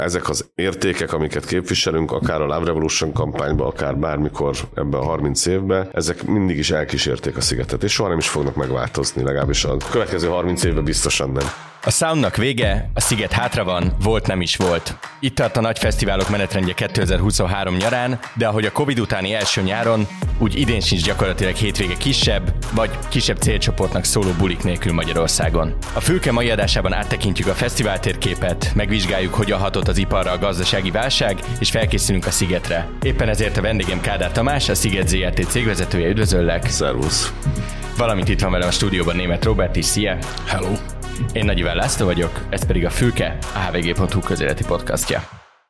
ezek az értékek, amiket képviselünk, akár a Love Revolution kampányban, akár bármikor ebben a 30 évben, ezek mindig is elkísérték a szigetet, és soha nem is fognak megváltozni, legalábbis a következő 30 évben biztosan nem. A Soundnak vége, a sziget hátra van, volt nem is volt. Itt tart a nagy fesztiválok menetrendje 2023 nyarán, de ahogy a Covid utáni első nyáron, úgy idén sincs gyakorlatilag hétvége kisebb, vagy kisebb célcsoportnak szóló bulik nélkül Magyarországon. A Fülke mai adásában áttekintjük a fesztivál térképet, megvizsgáljuk, hogyan hatott az iparra a gazdasági válság, és felkészülünk a szigetre. Éppen ezért a vendégem Kádár Tamás, a Sziget Zrt. Cégvezetője, üdvözöllek! Szervusz! Valamint itt van velem a stúdióban Németh Róbert is, szia! Hello! Én Nagy Iván László vagyok, ez pedig a Fülke, a hvg.hu közéleti podcastja.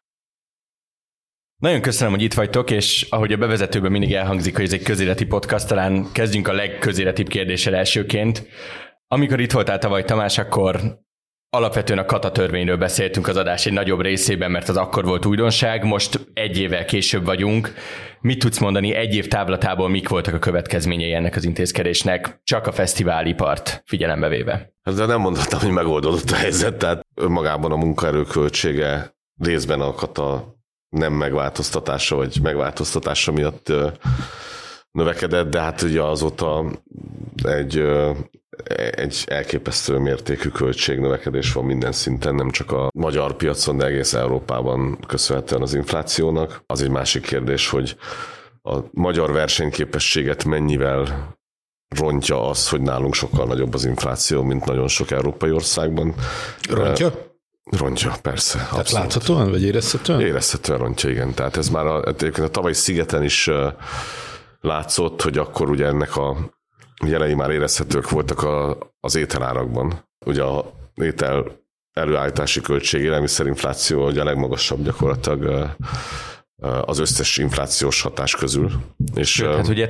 Nagyon köszönöm, hogy itt vagytok, és ahogy a bevezetőben mindig elhangzik, hogy ez egy közéleti podcast, talán kezdjünk a legközéletibb kérdéssel elsőként. Amikor itt voltál tavaly, Tamás, akkor alapvetően a kata törvényről beszéltünk az adás egy nagyobb részében, mert az akkor volt újdonság, most egy évvel később vagyunk. Mit tudsz mondani egy év távlatából, mik voltak a következményei ennek az intézkedésnek, csak a fesztiválipart figyelembe véve? De nem mondhatom, hogy megoldódott a helyzet, tehát önmagában a munkaerő költsége részben a kata nem megváltoztatása, vagy megváltoztatása miatt növekedett, de hát ugye azóta egy elképesztő mértékű költségnövekedés van minden szinten, nem csak a magyar piacon, de egész Európában köszönhetően az inflációnak. Az egy másik kérdés, hogy a magyar versenyképességet mennyivel rontja az, hogy nálunk sokkal nagyobb az infláció, mint nagyon sok európai országban. Rontja? Rontja, persze. Tehát abszolút. láthatóan, vagy érezhetően? Érezhetően rontja, igen. Tehát ez már a tavalyi szigeten is látszott, hogy akkor ugye ennek a jelei már érezhetők voltak az ételárakban. Ugye a étel előállítási költség, élelmiszerinfláció ugye a legmagasabb gyakorlatilag az összes inflációs hatás közül. És, hát ugye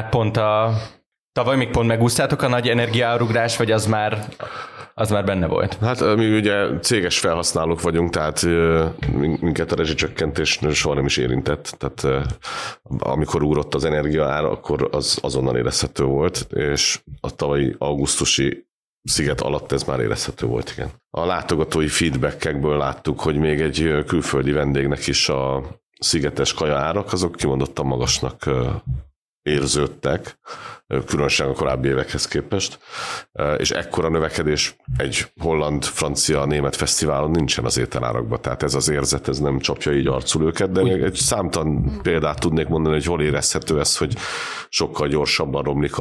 tavaly még pont megúsztátok a nagy energiaárugrás, vagy az már benne volt? Hát mi ugye céges felhasználók vagyunk, tehát minket a rezsicsökkentés soha nem is érintett. Tehát amikor ugrott az energiaár, akkor az azonnal érezhető volt, és a tavalyi augusztusi sziget alatt ez már érezhető volt, igen. A látogatói feedbackekből láttuk, hogy még egy külföldi vendégnek is a szigetes kajaárak, azok kimondottan magasnak érződtek, különösen a korábbi évekhez képest, és ekkora növekedés egy holland, francia, német fesztiválon nincsen az ételárakban, tehát ez az érzet, ez nem csapja így arcul őket, de még egy számtalan példát tudnék mondani, hogy hol érezhető ez, hogy sokkal gyorsabban romlik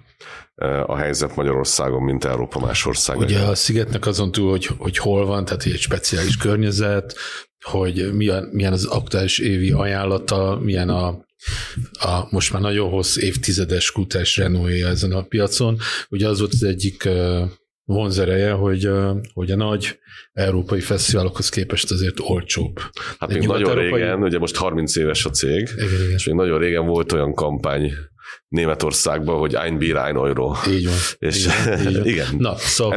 a helyzet Magyarországon, mint Európa más országban. Ugye a szigetnek azon túl, hogy hol van, tehát egy speciális környezet, hogy milyen az aktuális évi ajánlata, milyen a most már nagyon hossz évtizedes kutás renója ezen a piacon. Ugye az volt az egyik vonzereje, hogy a nagy európai fesztiválokhoz képest azért olcsóbb. Hát még nagyon régen, ugye most 30 éves a cég, igen. És még nagyon régen volt olyan kampány Németországban, hogy Ein Bier, ein Euro. Így van. És így van. igen. Na, szóval,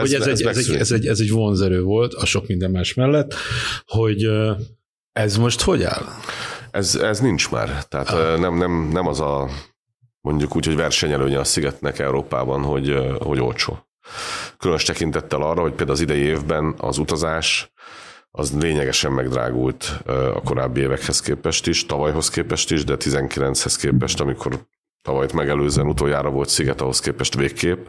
ez egy vonzerő volt a sok minden más mellett, hogy ez most hogy áll? Ez nincs már. Tehát nem az a mondjuk úgy, hogy versenyelőnye a szigetnek Európában, hogy olcsó. Különös tekintettel arra, hogy például az idei évben az utazás az lényegesen megdrágult a korábbi évekhez képest is, tavalyhoz képest is, de 19-hez képest, amikor tavalyt megelőzően utoljára volt sziget, ahhoz képest végképp.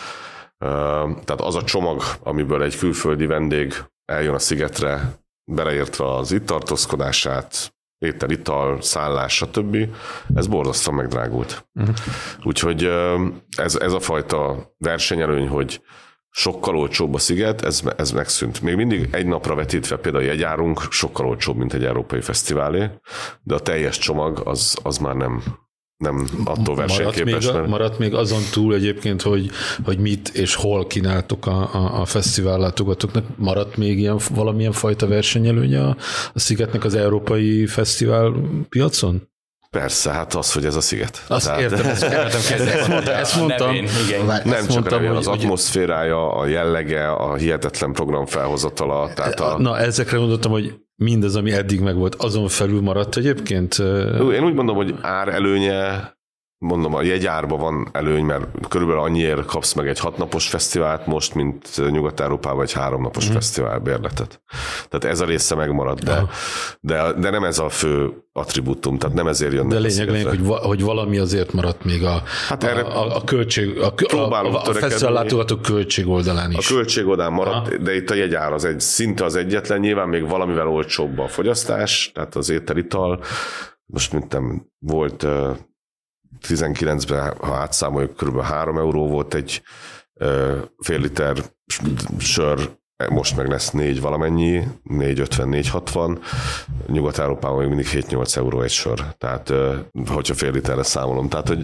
Tehát az a csomag, amiből egy külföldi vendég eljön a szigetre, beleértve az itt tartózkodását, étel, ital, szállás, stb. Ez borzasztóan megdrágult. Úgyhogy ez a fajta versenyelőny, hogy sokkal olcsóbb a sziget, ez megszűnt. Még mindig egy napra vetítve például jegyárunk sokkal olcsóbb, mint egy európai fesztiválé, de a teljes csomag az már nem attól versenyképes. Maradt még azon túl egyébként, hogy mit és hol kínáltok a fesztivál látogatóknak, maradt még valamilyen fajta versenyelőnye a szigetnek az európai fesztivál piacon? Persze, hát az, hogy ez a sziget. Azt értem, ezt mondtam. Nem csak a nevén, az atmoszférája, a jellege, a hihetetlen program felhozatala. Na, ezekre mondottam, hogy mindaz, ami eddig megvolt, azon felül maradt egyébként? Én úgy mondom, hogy árelőnye mondom, a jegyárban van előny, mert körülbelül annyiért kapsz meg egy 6 napos fesztivált most, mint Nyugat-Európában egy 3 napos fesztivál bérletet. Tehát ez a része megmarad, de nem ez a fő attribútum, tehát nem ezért jönnek. De lényeg, hogy valami azért maradt még a költség, a fesztivál látogatók költség oldalán is. A költség oldalán maradt, de itt a jegyár szinte az egyetlen, nyilván még valamivel olcsóbb a fogyasztás, tehát az étel-ital. Most volt 19-ben, ha átszámoljuk, kb. 3 euró volt egy fél liter sör, most meg lesz 4 valamennyi, 4,50-4,60, Nyugat-Európában még mindig 7-8 euró egy sör, tehát hogyha fél literre számolom, tehát hogy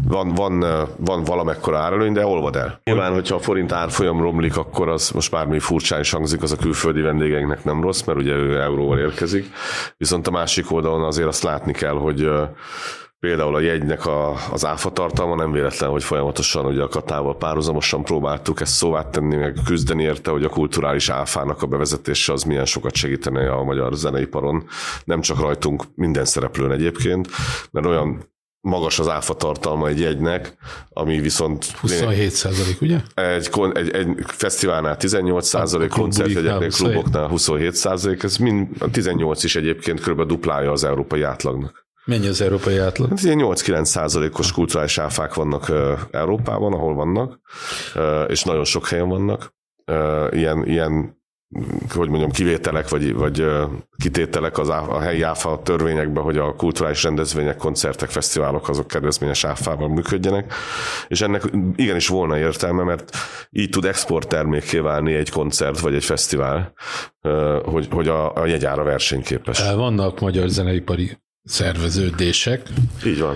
van valamekkora árelőny, de olvad el. Nyilván, hogyha a forint árfolyam romlik, akkor az most bármi furcsán is hangzik, az a külföldi vendégeinknek nem rossz, mert ugye ő euróval érkezik, viszont a másik oldalon azért azt látni kell, hogy például a jegynek az áfa tartalma nem véletlen, hogy folyamatosan ugye a Katával párhuzamosan próbáltuk ezt szóvá tenni, meg küzdeni érte, hogy a kulturális áfának a bevezetése az milyen sokat segítene a magyar zeneiparon. Nem csak rajtunk, minden szereplőn egyébként, mert olyan magas az áfa tartalma egy jegynek, ami viszont 27%, ugye? Egy fesztiválnál 18%, koncertjegyeknél, kluboknál 27%, ez 18 is egyébként kb. Duplája az európai átlagnak. Mennyi az európai átlag? Hát ilyen 8-9%-os kulturális áfák vannak Európában, ahol vannak, és nagyon sok helyen vannak. Ilyen hogy mondjam, kivételek, vagy kitételek a helyi áfa törvényekben, hogy a kulturális rendezvények, koncertek, fesztiválok azok kedvezményes áfával működjenek, és ennek igenis volna értelme, mert így tud exporttermékké válni egy koncert, vagy egy fesztivál, hogy a jegyára versenyképes. Vannak magyar zeneipari szerveződések. Így van.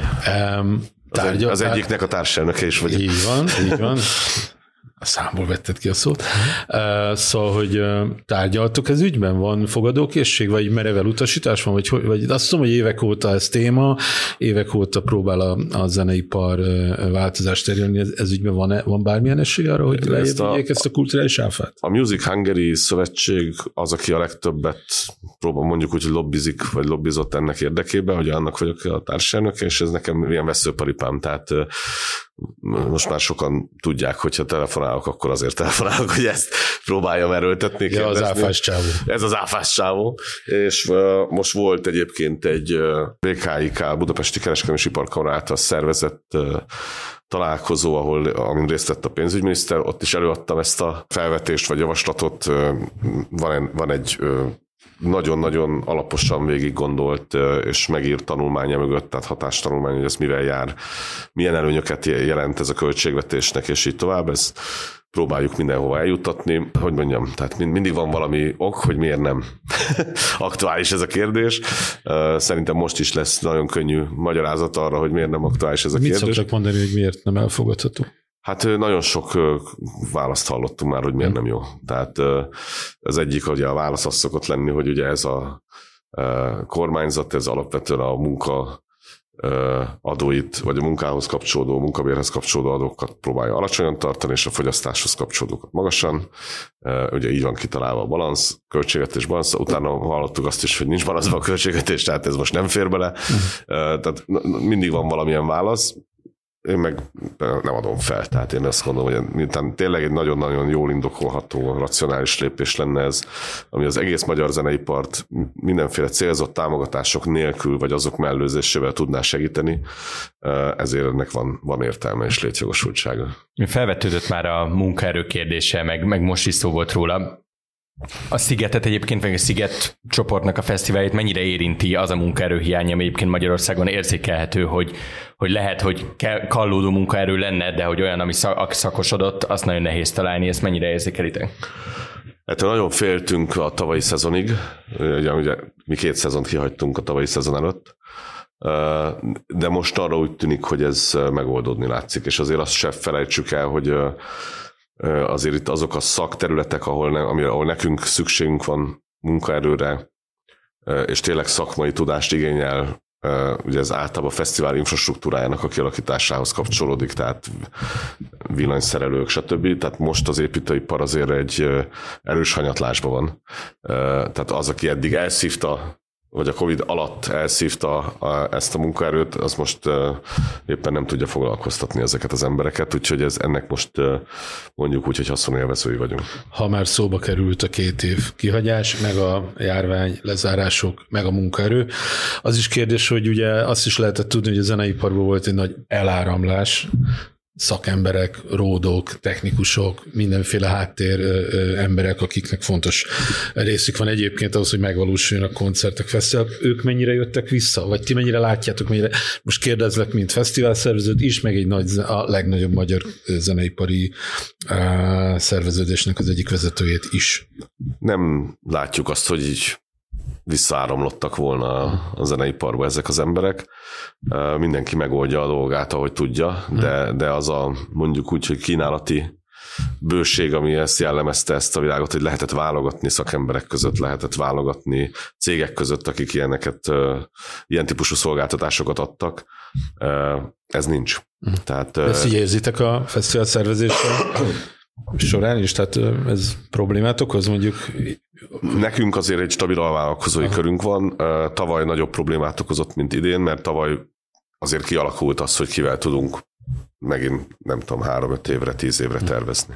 Az egyiknek a társelnöke is vagy. Így van. A számból vetted ki a szót. Szóval, hogy tárgyaltok ez ügyben? Van fogadókészség, vagy merevel utasítás van? Vagy azt tudom, hogy évek óta ez téma, évek óta próbál a zeneipar változást elérni. Ez ügyben van bármilyen esély arra, hogy lejjebb vigyék ezt a kulturális áfát? A Music Hungary szövetség az, aki a legtöbbet próbál, mondjuk úgy, hogy lobbizik, vagy lobbizott ennek érdekében, hogy annak vagyok a társelnöke, és ez nekem ilyen veszőparipám. Tehát most már sokan tudják, hogyha telefonálok, akkor azért telefonálok, hogy ezt próbáljam erőltetni. Ja, az áfás csávó. Ez az áfás csávó. És most volt egyébként egy BKIK, Budapesti Kereskedelmi és Iparkamara által szervezett találkozó, amin részt vett a pénzügyminiszter, ott is előadtam ezt a felvetést vagy javaslatot. Van egy nagyon-nagyon alaposan végig gondolt és megírt tanulmánya mögött, tehát hatástanulmány, hogy ez mivel jár, milyen előnyöket jelent ez a költségvetésnek, és így tovább. Ezt próbáljuk mindenhova eljuttatni. Hogy mondjam, tehát mindig van valami ok, hogy miért nem aktuális ez a kérdés. Szerintem most is lesz nagyon könnyű magyarázat arra, hogy miért nem aktuális ez a kérdés. Mit szoktak mondani, hogy miért nem elfogadható? Hát nagyon sok választ hallottunk már, hogy miért nem jó. Tehát az egyik, hogy a válasz az szokott lenni, hogy ugye ez a kormányzat, ez alapvetően a munka adóit, vagy a munkához kapcsolódó, munkabérhez kapcsolódó adókat próbálja alacsonyan tartani, és a fogyasztáshoz kapcsolódókat magasan. Ugye így van kitalálva a balansz, költségvetés balansz, utána hallottuk azt is, hogy nincs balanszban a költségvetés, tehát ez most nem fér bele. Tehát mindig van valamilyen válasz. Én meg nem adom fel, tehát én azt gondolom, hogy miután tényleg egy nagyon-nagyon jól indokolható, racionális lépés lenne ez, ami az egész magyar zeneipart mindenféle célzott támogatások nélkül, vagy azok mellőzésével tudná segíteni, ezért ennek van értelme és létjogosultsága. Felvetődött már a munkaerő kérdése, meg most is szó volt róla. A Szigetet egyébként, vagy a Sziget csoportnak a fesztiválját mennyire érinti az a munkaerőhiány, ami egyébként Magyarországon érzékelhető, hogy lehet, hogy kallódó munkaerő lenne, de hogy olyan, ami szakosodott, azt nagyon nehéz találni, ezt mennyire érzékelitek? Hát nagyon féltünk a tavalyi szezonig, ugye mi 2 szezont kihagytunk a tavalyi szezon előtt, de most arra úgy tűnik, hogy ez megoldódni látszik, és azért azt se felejtsük el, hogy azért itt azok a szakterületek, ahol nekünk szükségünk van munkaerőre, és tényleg szakmai tudást igényel, ugye ez általában a fesztivál infrastruktúrájának a kialakításához kapcsolódik, tehát villanyszerelők, stb. Tehát most az építőipar azért egy erős hanyatlásban van. Tehát az, aki eddig elszívta vagy a Covid alatt elszívta ezt a munkaerőt, az most éppen nem tudja foglalkoztatni ezeket az embereket, úgyhogy ennek most mondjuk úgy, hogy haszonélvezői vagyunk. Ha már szóba került a 2 év kihagyás, meg a járvány lezárások, meg a munkaerő, az is kérdés, hogy ugye azt is lehetett tudni, hogy a zeneiparban volt egy nagy eláramlás, szakemberek, ródok, technikusok, mindenféle háttér emberek, akiknek fontos részük van egyébként ahhoz, hogy megvalósuljanak koncertek, fesztiválok. Ők mennyire jöttek vissza? Vagy ti mennyire látjátok? Most kérdezlek, mint fesztiválszerveződ is, meg a legnagyobb magyar zeneipari szerveződésnek az egyik vezetőjét is. Nem látjuk azt, hogy így visszaáramlottak volna a zeneiparba ezek az emberek. Mindenki megoldja a dolgát, ahogy tudja, de az a mondjuk úgy, hogy kínálati bőség, ami ezt jellemezte ezt a világot, hogy lehetett válogatni szakemberek között, lehetett válogatni cégek között, akik ilyen típusú szolgáltatásokat adtak. Ez nincs. Tehát, ezt így érzitek a fesztivál szervezéssel során is? Tehát ez problémát okoz mondjuk? Nekünk azért egy stabil alvállalkozói körünk van. Tavaly nagyobb problémát okozott, mint idén, mert tavaly azért kialakult az, hogy kivel tudunk megint, nem tudom, 3-5 évre, 10 évre tervezni.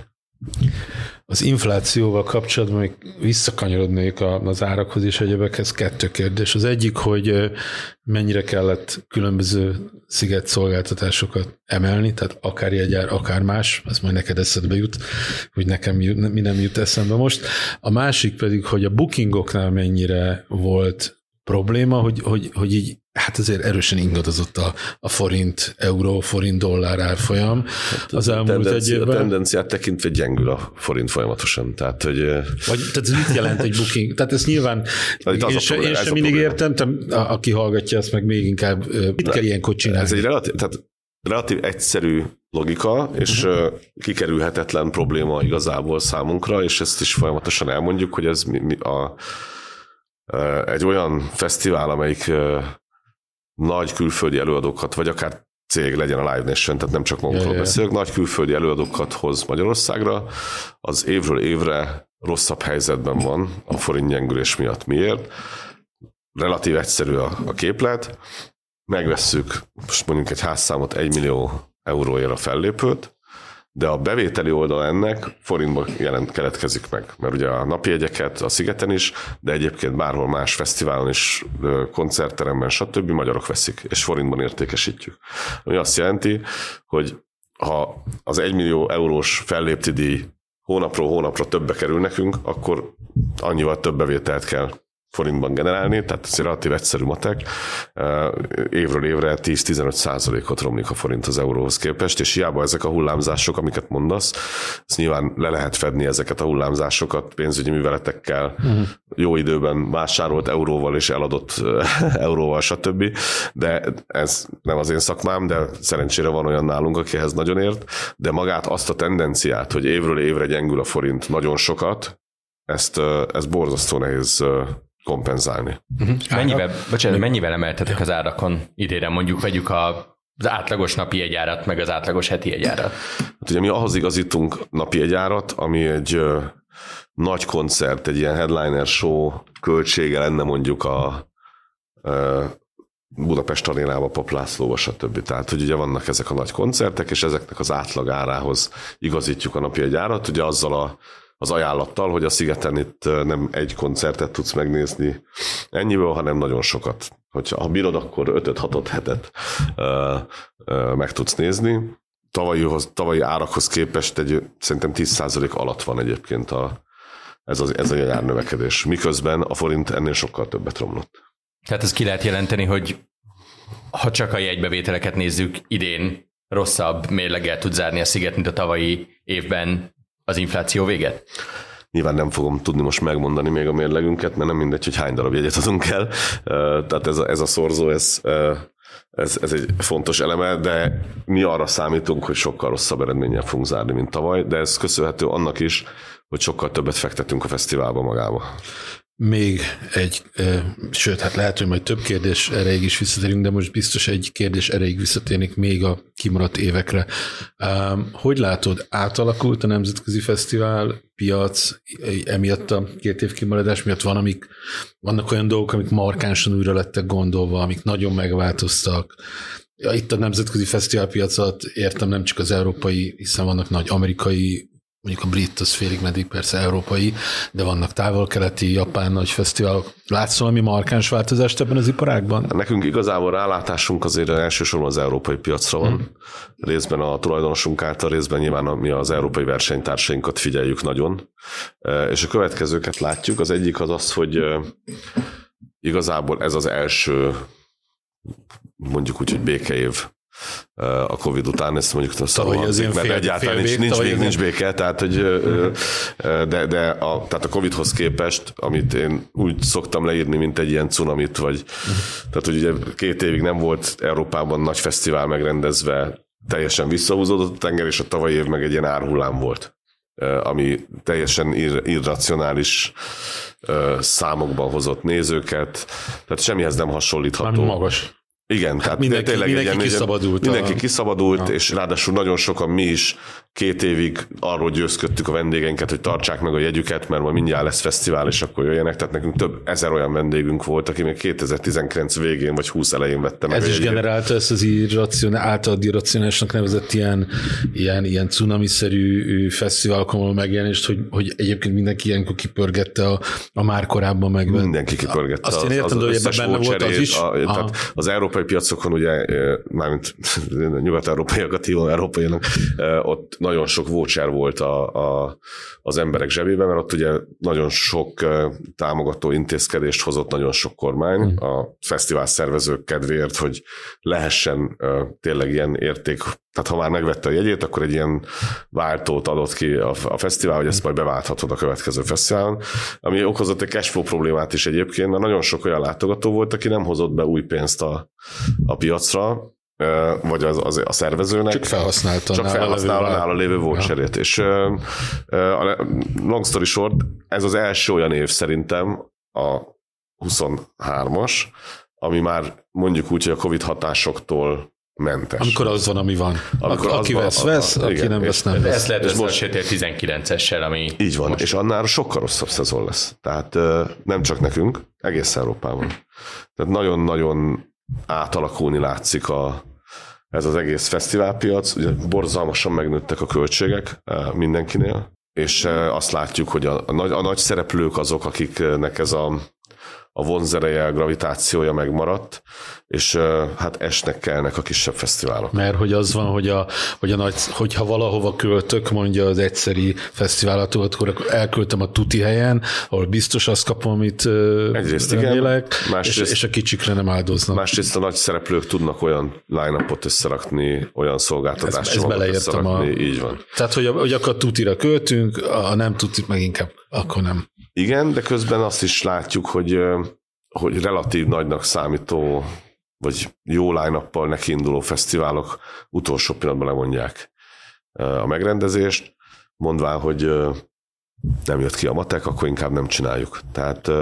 Az inflációval kapcsolatban még visszakanyarodnék az árakhoz és egyebekhez 2 kérdés. Az egyik, hogy mennyire kellett különböző sziget szolgáltatásokat emelni, tehát akár jegyár, akár más, ez majd neked eszedbe jut, hogy nekem mi nem jut eszembe most. A másik pedig, hogy a bookingoknál mennyire volt probléma, hogy így hát azért erősen ingadozott a forint, euró, forint, dollár árfolyam az elmúlt egy évben. A tendenciát tekintve gyengül a forint folyamatosan. Tehát ez mit jelent egy booking? Tehát ez nyilván én sem mindig értem, aki hallgatja, azt meg még inkább mit kell ilyenkor csinálni? Ez egy relatív egyszerű logika, és kikerülhetetlen probléma igazából számunkra, és ezt is folyamatosan elmondjuk, hogy ez egy olyan fesztivál, amelyik nagy külföldi előadókat, vagy akár cég legyen a Live Nation, tehát nem csak magunkról beszélünk, nagy külföldi előadókat hoz Magyarországra, az évről évre rosszabb helyzetben van a forint gyengülés miatt. Miért? Relatív egyszerű a képlet, megvesszük most mondjuk egy házszámot 1 millió euróért a fellépőt, de a bevételi oldal ennek forintban keletkezik meg. Mert ugye a napi jegyeket a Szigeten is, de egyébként bárhol más fesztiválon is, koncertteremben, stb. Magyarok veszik, és forintban értékesítjük. Ami azt jelenti, hogy ha az 1 millió eurós fellépti díj hónapról hónapra többbe kerül nekünk, akkor annyival több bevételt kell forintban generálni, tehát ez egy relatív egyszerű matek. Évről évre 10-15%-ot romlik a forint az euróhoz képest, és hiába ezek a hullámzások, amiket mondasz, ezt nyilván le lehet fedni ezeket a hullámzásokat pénzügyi műveletekkel, jó időben vásárolt euróval és eladott euróval, stb. De ez nem az én szakmám, de szerencsére van olyan nálunk, aki ehhez nagyon ért, de magát azt a tendenciát, hogy évről évre gyengül a forint nagyon sokat, ezt borzasztó nehéz kompenzálni. Mennyivel emeltetek az árakon idére? Mondjuk vegyük az átlagos napi jegyárat, meg az átlagos heti jegyárat. Hát ugye mi ahhoz igazítunk napi jegyárat, ami egy nagy koncert, egy ilyen headliner show költsége lenne mondjuk a Budapest arénába, Pap Lászlóba, stb. Tehát, hogy ugye vannak ezek a nagy koncertek, és ezeknek az átlag árához igazítjuk a napi jegyárat, ugye azzal az ajánlattal, hogy a Szigeten itt nem egy koncertet tudsz megnézni ennyiből, hanem nagyon sokat. Ha bírod, akkor 5-6-7 meg tudsz nézni. Tavalyi árakhoz képest szerintem 10% alatt van egyébként ez a jegyárnövekedés. Miközben a forint ennél sokkal többet romlott. Tehát ezt ki lehet jelenteni, hogy ha csak a jegybevételeket nézzük, idén rosszabb mérleggel tud zárni a Sziget, mint a tavalyi évben az infláció véget? Nyilván nem fogom tudni most megmondani még a mérlegünket, mert nem mindegy, hogy hány darab jegyet adunk el. Tehát ez a szorzó, ez egy fontos eleme, de mi arra számítunk, hogy sokkal rosszabb eredménnyel fogunk zárni, mint tavaly, de ez köszönhető annak is, hogy sokkal többet fektetünk a fesztiválba magába. még egy, sőt, hát lehet, hogy majd több kérdés erejéig is visszatérünk, de most biztos egy kérdés erejéig visszatérnék még a kimaradt évekre. Hogy látod, átalakult a nemzetközi fesztivál piac emiatt a 2 év kimaradás miatt? Vannak olyan dolgok, amik markánsan újra lettek gondolva, amik nagyon megváltoztak. Itt a nemzetközi fesztiválpiacot értem, nem csak az európai, hiszen vannak nagy amerikai, mondjuk a brit, az félig meddig persze európai, de vannak távol-keleti, japán nagy fesztiválok. Látsz valami markáns változást ebben az iparágban? Nekünk igazából rálátásunk azért elsősorban az európai piacra van. Részben a tulajdonosunk által, részben nyilván mi az európai versenytársainkat figyeljük nagyon. És a következőket látjuk. Az egyik az, hogy igazából ez az első, mondjuk úgy, hogy békeév a Covid után, ezt mondjuk mert egyáltalán nincs béke, tehát, hogy, tehát a Covidhoz képest, amit én úgy szoktam leírni, mint egy ilyen cunamit, vagy tehát, hogy ugye 2 évig nem volt Európában nagy fesztivál megrendezve, teljesen visszahúzódott a tenger, és a tavalyi év meg egy ilyen árhullám volt, ami teljesen irracionális számokban hozott nézőket, tehát semmihez nem hasonlítható. Magas. Igen, tehát mindenki kiszabadult. Mindenki kiszabadult, és ráadásul nagyon sokan mi is 2 évig arról győzködtük a vendégeinket, hogy tartsák meg a jegyüket, mert majd mindjárt lesz fesztivál, és akkor jöjjenek. Tehát nekünk több ezer olyan vendégünk volt, aki még 2019 végén vagy 20 elején vette meg. Ez is generálta ezt az általad irracionálisnak nevezett ilyen cunami-szerű fesztiválokon megjelenést, hogy egyébként mindenki ilyenkor kipörgette a már korábban megvett. Mindenki kipörgette. Azt én értem, hogy ebben benne volt az is. Tehát az európai piacokon, ugye, mármint nyugat-európaiakat hívom európaianak, ott nagyon sok voucher volt az emberek zsebében, mert ott ugye nagyon sok támogató intézkedést hozott nagyon sok kormány a fesztivál szervezők kedvéért, hogy lehessen tényleg ilyen érték, tehát ha már megvette a jegyét, akkor egy ilyen váltót adott ki a fesztivál, hogy ezt majd beválthatod a következő fesztiválon, ami okozott egy cashflow problémát is egyébként, mert nagyon sok olyan látogató volt, aki nem hozott be új pénzt a piacra, vagy a szervezőnek. Csak felhasználta nála lévő voucherét. És long story short, ez az első olyan év szerintem a 23-as, ami már mondjuk úgy, hogy a Covid hatásoktól mentes. Amikor az van, ami van. Aki vesz, aki igen, nem vesz, nem vesz. Ezt lehet összehasonlítani a 19-essel, ami... Így van, és annál sokkal rosszabb szezon lesz. Tehát nem csak nekünk, egész Európában. Tehát nagyon-nagyon átalakulni látszik ez az egész fesztiválpiac. Ugye borzalmasan megnőttek a költségek mindenkinél, és azt látjuk, hogy a nagy szereplők azok, akiknek ez a vonzereje, a gravitációja megmaradt, és hát esnek-kelnek a kisebb fesztiválok. Mert hogy az van, hogyha valahova költök, mondja az egyszeri fesztiválatot, akkor elköltöm a tuti helyen, ahol biztos azt kapom, amit remélek, és a kicsikre nem áldoznak. Másrészt a nagy szereplők tudnak olyan line-upot összerakni, olyan szolgáltatásokat összerakni, így van. Tehát, hogy akkor tutira költünk, a nem tutit meg inkább akkor nem. Igen, de közben azt is látjuk, hogy relatív nagynak számító, vagy jó line-uppal nekiinduló fesztiválok utolsó pillanatban lemondják a megrendezést, mondván, hogy nem jött ki a matek, akkor inkább nem csináljuk. Tehát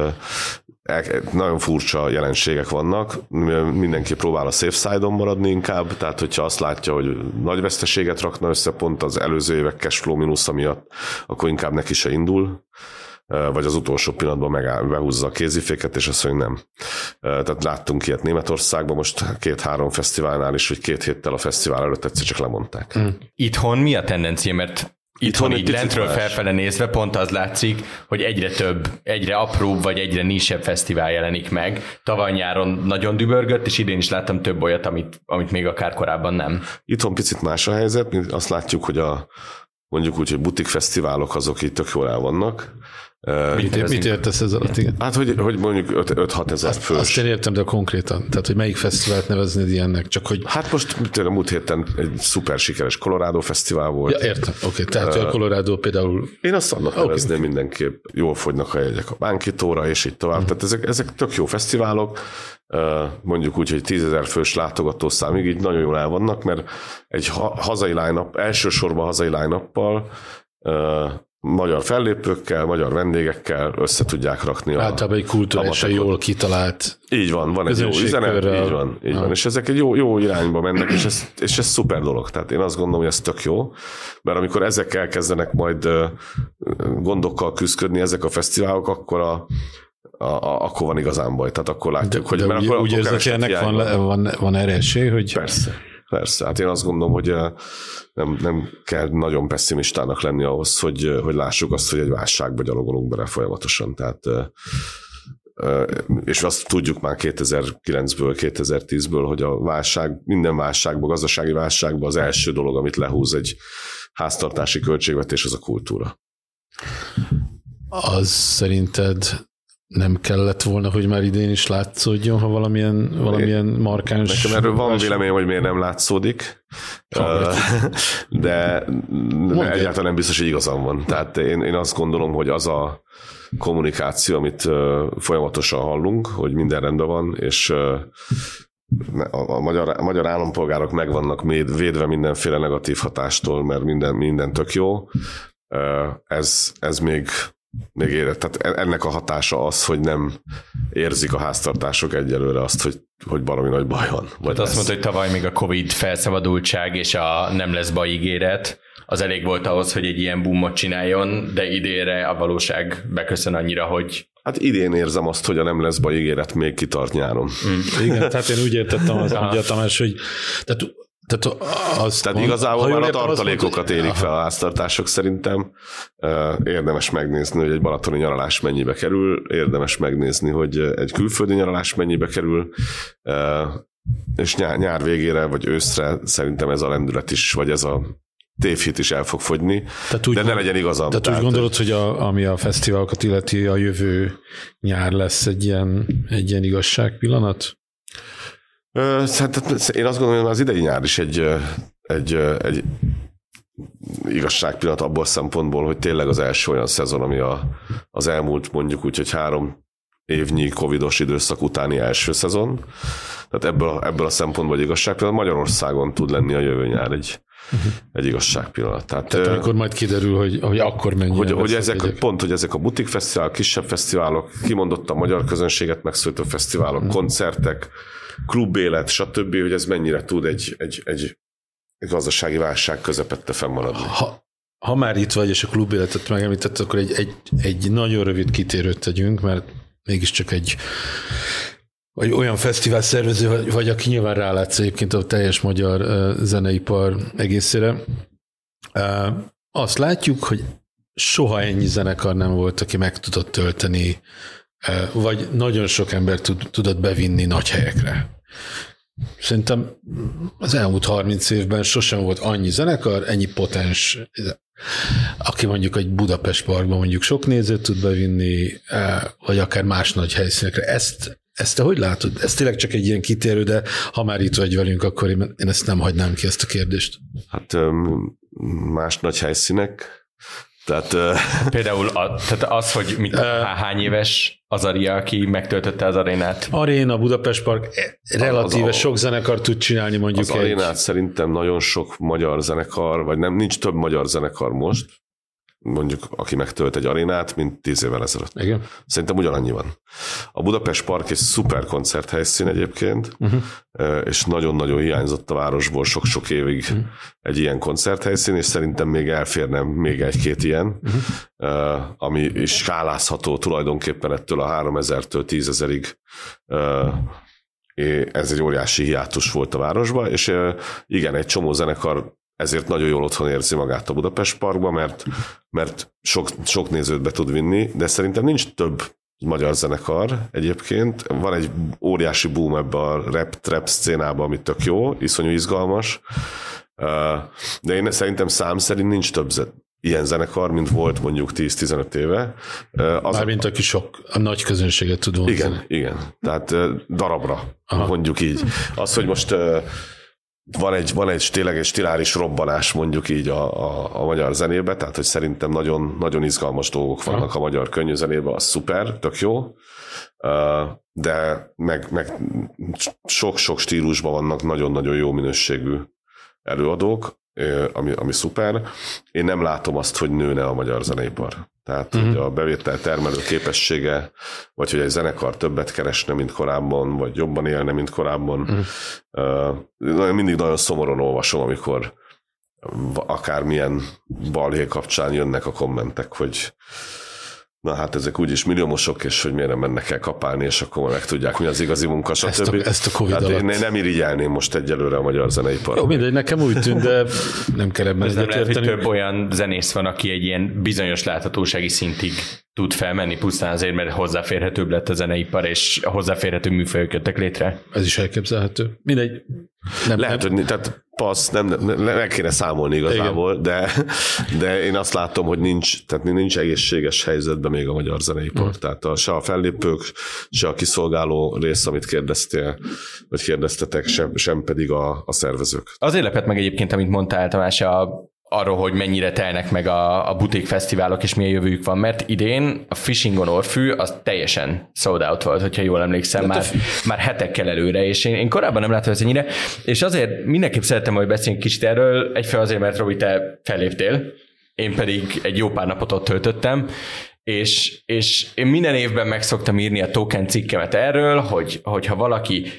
nagyon furcsa jelenségek vannak, mindenki próbál a safe side-on maradni inkább, tehát hogyha azt látja, hogy nagy veszteséget rakna össze pont az előző évek cashflow mínusza miatt, akkor inkább neki se indul, vagy az utolsó pillanatban behúzza a kéziféket, és azt mondja, nem. Tehát láttunk ilyet Németországban, most 2-3 fesztiválnál is, hogy 2 héttel a fesztivál előtt egyszer csak lemondták. Itthon mi a tendencia? Mert itthon így lentről felfele nézve pont az látszik, hogy egyre több, egyre apróbb, vagy egyre nisebb fesztivál jelenik meg. Tavaly nyáron nagyon dübörgött, és idén is láttam több olyat, amit még akár korábban nem. Itthon picit más a helyzet, azt látjuk, hogy mondjuk úgy, hogy butik fesztiválok azok így tök jól el vannak. Mit értesz ez alatt? Igen? Hát, hogy mondjuk 5-6 ezer fős. Azt én értem, de konkrétan. Tehát, hogy melyik fesztivált neveznéd ilyennek? Csak hogy... Hát most tényleg múlt héten egy szuper sikeres Colorado fesztivál volt. Ja, értem. Oké. Tehát a Colorado például... Én azt annak nevezném mindenképp. Jól fogynak a jegyek a Bánkitóra, és így tovább. Tehát ezek tök jó fesztiválok. Mondjuk úgy, hogy 10 000 fős látogatószámig így nagyon jól el vannak, mert egy hazai line-up, elsősorban hazai line-uppal magyar fellépőkkel, magyar vendégekkel össze tudják rakni. Általában egy kulturálisan jól kitalált. Így van egy jó üzenet, így van. És ezek egy jó irányba mennek, és ez szuper dolog. Tehát én azt gondolom, hogy ez tök jó, mert amikor ezek elkezdenek majd gondokkal küzdködni, ezek a fesztiválok, akkor akkor van igazán baj. Tehát akkor látjuk, hogy... Mert akkor úgy érzek, hogy ennek van erre esély, hogy... Persze. Hát én azt gondolom, hogy nem kell nagyon pessimistának lenni ahhoz, hogy lássuk azt, hogy egy válságba gyalogolunk bele folyamatosan. Tehát, és azt tudjuk már 2009-ből, 2010-ből, hogy a válság, minden válságban, gazdasági válságban az első dolog, amit lehúz egy háztartási költségvetés, az a kultúra. Az szerinted nem kellett volna, hogy már idén is látszódjon, ha valamilyen markáns... Nekem erről van véleményem, hogy miért nem látszódik, de egyáltalán nem biztos, hogy igazam van. Tehát én azt gondolom, hogy az a kommunikáció, amit folyamatosan hallunk, hogy minden rendben van, és a magyar állampolgárok meg vannak védve mindenféle negatív hatástól, mert minden tök jó, ez még érett. Tehát ennek a hatása az, hogy nem érzik a háztartások egyelőre azt, hogy valami nagy baj van. Vagy azt mondta, hogy tavaly még a Covid felszabadultság és a nem lesz baj ígéret, az elég volt ahhoz, hogy egy ilyen boomot csináljon, de idénre a valóság beköszön annyira, hogy... Hát idén érzem azt, hogy a nem lesz baj ígéret még kitart nyáron. Igen, tehát én úgy értettem az mondja Tamás, hogy tehát igazából már a tartalékokat érik fel a háztartások szerintem. Érdemes megnézni, hogy egy balatoni nyaralás mennyibe kerül, érdemes megnézni, hogy egy külföldi nyaralás mennyibe kerül, és nyár végére vagy őszre szerintem ez a lendület is, vagy ez a tévhit is el fog fogyni, de ne legyen igazam. Tehát úgy gondolod, hogy ami a fesztiválokat illeti, a jövő nyár lesz egy ilyen igazságpillanat? Én azt gondolom, hogy az idei nyár is egy igazságpillanat abból szempontból, hogy tényleg az első olyan szezon, ami az elmúlt mondjuk úgy, hogy 3 évnyi covidos időszak utáni első szezon. Tehát ebből a szempontból egy igazságpillanat Magyarországon tud lenni a jövő nyár egy igazságpillanat. Tehát amikor majd kiderül, hogy akkor mennyire hogy ezek a butikfesztiválok, kisebb fesztiválok, kimondottan magyar közönséget megszólító fesztiválok, koncertek, klubélet, stb., hogy ez mennyire tud egy gazdasági válság közepette fennmaradni. Ha már itt vagy, és a klubéletet megemlített, akkor egy nagyon rövid kitérőt tegyünk, mert mégiscsak egy olyan fesztivál szervező vagy, aki nyilván rálátsz egyébként a teljes magyar zeneipar egészére. Azt látjuk, hogy soha ennyi zenekar nem volt, aki meg tudott tölteni, vagy nagyon sok ember tudott bevinni nagy helyekre. Szerintem az elmúlt 30 évben sosem volt annyi zenekar, ennyi potens, aki mondjuk egy Budapest Parkban mondjuk sok nézőt tud bevinni, vagy akár más nagy helyszínekre. Ezt te hogy látod? Ez tényleg csak egy ilyen kitérő, de ha már itt vagy velünk, akkor én ezt nem hagynám ki, ezt a kérdést. Hát más nagy helyszínek. Tehát, például az, hogy hány éves az Aria, aki megtöltötte az arénát? Aréna, Budapest Park, relatíve sok zenekar tud csinálni mondjuk az arénát szerintem nagyon sok magyar zenekar, vagy nincs több magyar zenekar most, mondjuk aki megtölt egy arénát, mint 10 évvel ezelőtt. Igen. Szerintem ugyanannyi van. A Budapest Park egy szuper koncerthelyszín egyébként, és nagyon-nagyon hiányzott a városból sok-sok évig egy ilyen koncerthelyszín, és szerintem még elférne még 1-2 ilyen, ami is skálázható tulajdonképpen ettől a 3000-től 10 000-ig. Ez egy óriási hiátus volt a városban, és igen, egy csomó zenekar ezért nagyon jól otthon érzi magát a Budapest Parkban, mert sok nézőt be tud vinni, de szerintem nincs több magyar zenekar egyébként. Van egy óriási boom ebbe a rap-trap szcénába, ami tök jó, iszonyú izgalmas, de én szerintem szám szerint nincs több ilyen zenekar, mint volt mondjuk 10-15 éve. Mármint aki a nagy közönséget tud vonzani. Igen. Tehát darabra, mondjuk így. Az, hogy most van egy tényleg egy stiláris robbanás mondjuk így a magyar zenébe, tehát hogy szerintem nagyon, nagyon izgalmas dolgok vannak a magyar könnyű zenébe, az szuper, tök jó, de meg sok-sok stílusban vannak nagyon-nagyon jó minőségű előadók, ami szuper. Én nem látom azt, hogy nőne a magyar zeneipar. Tehát hogy a bevétel termelő képessége, vagy hogy egy zenekar többet keresne, mint korábban, vagy jobban élne, mint korábban. Mindig nagyon szomorúan olvasom, amikor akármilyen balhé kapcsán jönnek a kommentek, hogy na hát ezek úgyis milliómosok, és hogy miért nem mennek el kapálni, és akkor meg tudják, mi az igazi munka, stb. Ezt a Covid alatt. Én nem irigyelném most egyelőre a magyar zeneipar. Jó, mindegy, nekem úgy tűnt, de nem kell ebben egyetérteni. Több olyan zenész van, aki egy ilyen bizonyos láthatósági szintig tud felmenni, pusztán azért, mert hozzáférhetőbb lett a zeneipar, és hozzáférhető műfajok jöttek létre. Ez is elképzelhető. Mindegy. Lehet, hogy tehát passz, meg kéne számolni igazából, de én azt látom, hogy nincs egészséges helyzetben még a magyar zeneipar. Tehát se a fellépők, se a kiszolgáló rész, amit kérdeztél, vagy kérdeztetek, sem pedig a szervezők. Azért lepett meg egyébként, amit mondtál, Tamás, arról, hogy mennyire telnek meg a buték fesztiválok, és milyen jövőjük van, mert idén a Fishing on Orfű az teljesen sold out volt, hogyha jól emlékszem, már hetekkel előre, és én korábban nem láttam ezt ennyire, és azért mindenképp szerettem, hogy beszéljünk kicsit erről, egyfelől azért, mert Robi, te felléptél, én pedig egy jó pár napot ott töltöttem, és én minden évben meg szoktam írni a token cikkemet erről, hogyha valaki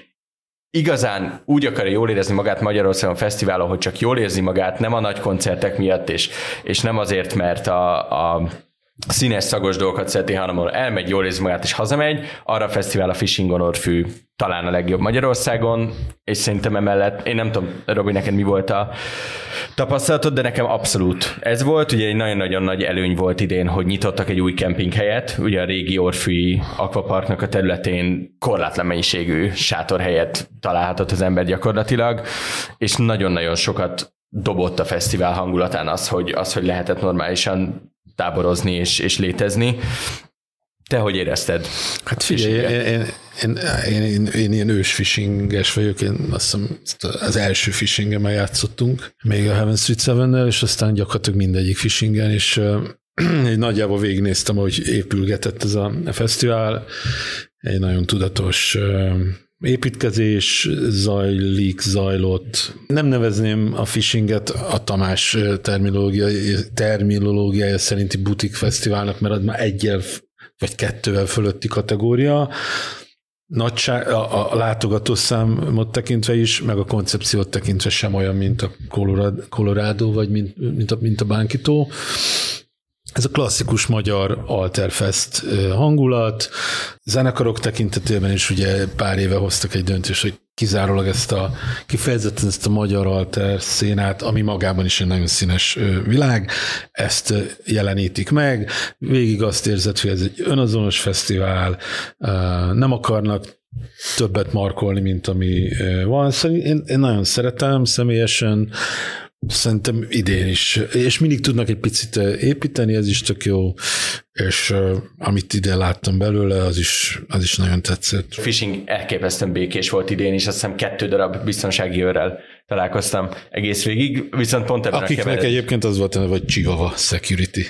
igazán úgy akarja jól érezni magát Magyarországon fesztiválon, hogy csak jól érzi magát, nem a nagy koncertek miatt, és nem azért, mert a színes, szagos dolgokat szereti, hanem elmegy, jól érzi magát, és hazamegy. Arra a fesztivál a Fishing on Orfű talán a legjobb Magyarországon, és szerintem emellett, én nem tudom, Robi, neked mi volt a tapasztalatod, de nekem abszolút ez volt. Ugye egy nagyon-nagyon nagy előny volt idén, hogy nyitottak egy új kempinghelyet, ugye a régi orfűi akvaparknak a területén korlátlan mennyiségű sátorhelyet találhatott az ember gyakorlatilag, és nagyon-nagyon sokat dobott a fesztivál hangulatán az, hogy lehetett normálisan táborozni és létezni. Te hogy érezted? Hát figyelj, én ilyen ős fishinges vagyok, én azt hiszem az első fishingemmel játszottunk, még a Heaven Street 7-nel, és aztán gyakorlatilag mindegyik fishingen, és nagyjából végignéztem, hogy épülgetett ez a fesztivál. Egy nagyon tudatos építkezés zajlott. Nem nevezném a fishinget a Tamás terminológiája szerinti butik fesztiválnak, mert az már egyel vagy kettővel fölötti kategória. A látogatószámot tekintve is, meg a koncepciót tekintve sem olyan, mint a Colorado, vagy mint a Bánkitó. Ez a klasszikus magyar Alterfest hangulat. Zenekarok tekintetében is ugye pár éve hoztak egy döntést, hogy kizárólag kifejezetten ezt a magyar alter szénát, ami magában is egy nagyon színes világ, ezt jelenítik meg. Végig azt érzed, hogy ez egy önazonos fesztivál, nem akarnak többet markolni, mint ami van. Szóval én nagyon szeretem személyesen, szerintem idén is, és mindig tudnak egy picit építeni, ez is tök jó, és amit ide láttam belőle, az is nagyon tetszett. Fishing elképesztően békés volt idén is, azt hiszem 2 darab biztonsági őrrel találkoztam egész végig, viszont pont ebben akiknek a kevered... egyébként az volt, hogy Chihuahua Security.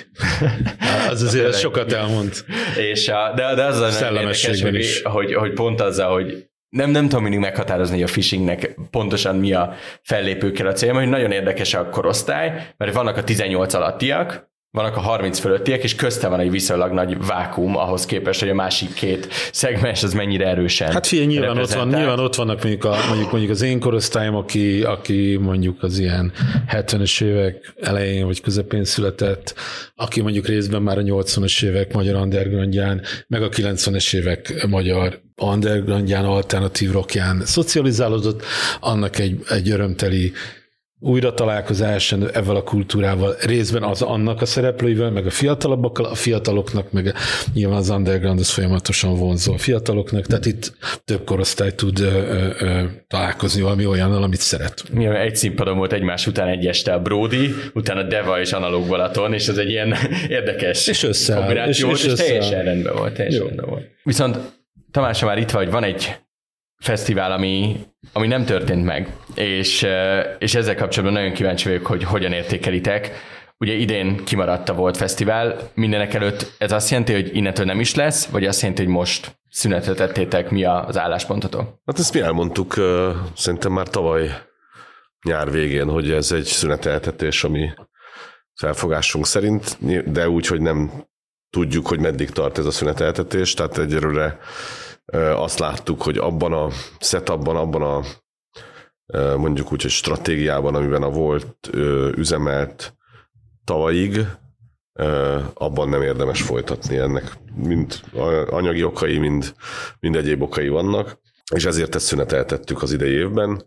Az azért sokat elmond. De az a szellemességben is. Hogy pont azzal, hogy nem tudom mindig meghatározni, hogy a fishingnek pontosan mi a fellépőkkel a célja, hogy nagyon érdekes a korosztály, mert vannak a 18 alattiak, vannak a 30 fölöttiek, és közte van egy viszonylag nagy vákuum ahhoz képest, hogy a másik két szegmens az mennyire erősen. Hát figyelj, nyilván ott vannak mondjuk az én korosztályom, aki mondjuk az ilyen 70-es évek elején vagy közepén született, aki mondjuk részben már a 80-as évek magyar undergroundján, meg a 90-es évek magyar undergroundján, alternatív rockján szocializálódott, annak egy örömteli újra találkozás ezzel a kultúrával, részben az annak a szereplőivel, meg a fiatalabbakkal, a fiataloknak, meg nyilván az underground az folyamatosan vonzó a fiataloknak, tehát itt több korosztály tud találkozni valami olyannal, amit szeret. Egy színpadon volt egymás után egy este a Brody, utána Deva és Analóg Balaton, és ez egy ilyen érdekes és kombináció, és teljesen rendben volt. Viszont Tamás, már itt vagy, van egy fesztivál, ami nem történt meg, és ezzel kapcsolatban nagyon kíváncsi vagyok, hogy hogyan értékelitek. Ugye idén kimaradt a Volt Fesztivál, mindenek előtt ez azt jelenti, hogy innentől nem is lesz, vagy azt jelenti, hogy most szünetre tettétek, mi az álláspontotok? Hát ezt mi elmondtuk szerintem már tavaly nyár végén, hogy ez egy szüneteltetés, ami felfogásunk szerint, de úgy, hogy nem tudjuk, hogy meddig tart ez a szüneteltetés, tehát egyelőre azt láttuk, hogy abban a setupban, abban a mondjuk úgy, hogy stratégiában, amiben a Volt üzemelt tavalyig, abban nem érdemes folytatni. Ennek mind anyagi okai, mind egyéb okai vannak, és ezért ezt szüneteltettük az idei évben.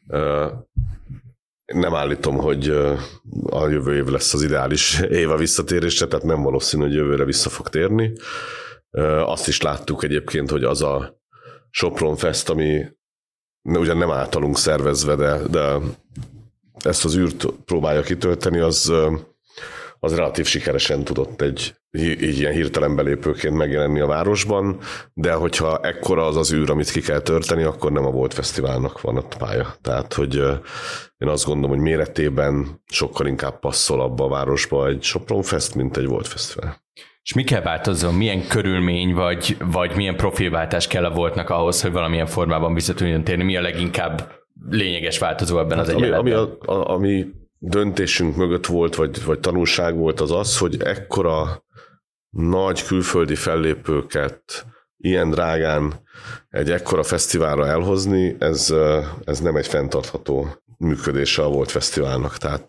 Nem állítom, hogy a jövő év lesz az ideális év a visszatérésre, tehát nem valószínű, hogy jövőre vissza fog térni. Azt is láttuk egyébként, hogy az a Sopron Fest, ami ugyan nem általunk szervezve, de ezt az űrt próbálja kitölteni, az relatív sikeresen tudott egy ilyen hirtelen belépőként megjelenni a városban, de hogyha ekkora az űr, amit ki kell tölteni, akkor nem a Volt Fesztiválnak van ott pálya. Tehát, hogy én azt gondolom, hogy méretében sokkal inkább passzol abba a városba egy Sopron Fest, mint egy Volt Fesztivál. És mi kell változzon? Milyen körülmény, vagy milyen profilváltás kell a Voltnak ahhoz, hogy valamilyen formában vissza tudjon térni? Mi a leginkább lényeges változó ebben az egyenletben? Ami döntésünk mögött volt, vagy tanulság volt az, hogy ekkora nagy külföldi fellépőket ilyen drágán egy ekkora fesztiválra elhozni, ez nem egy fenntartható működése a Volt Fesztiválnak. Tehát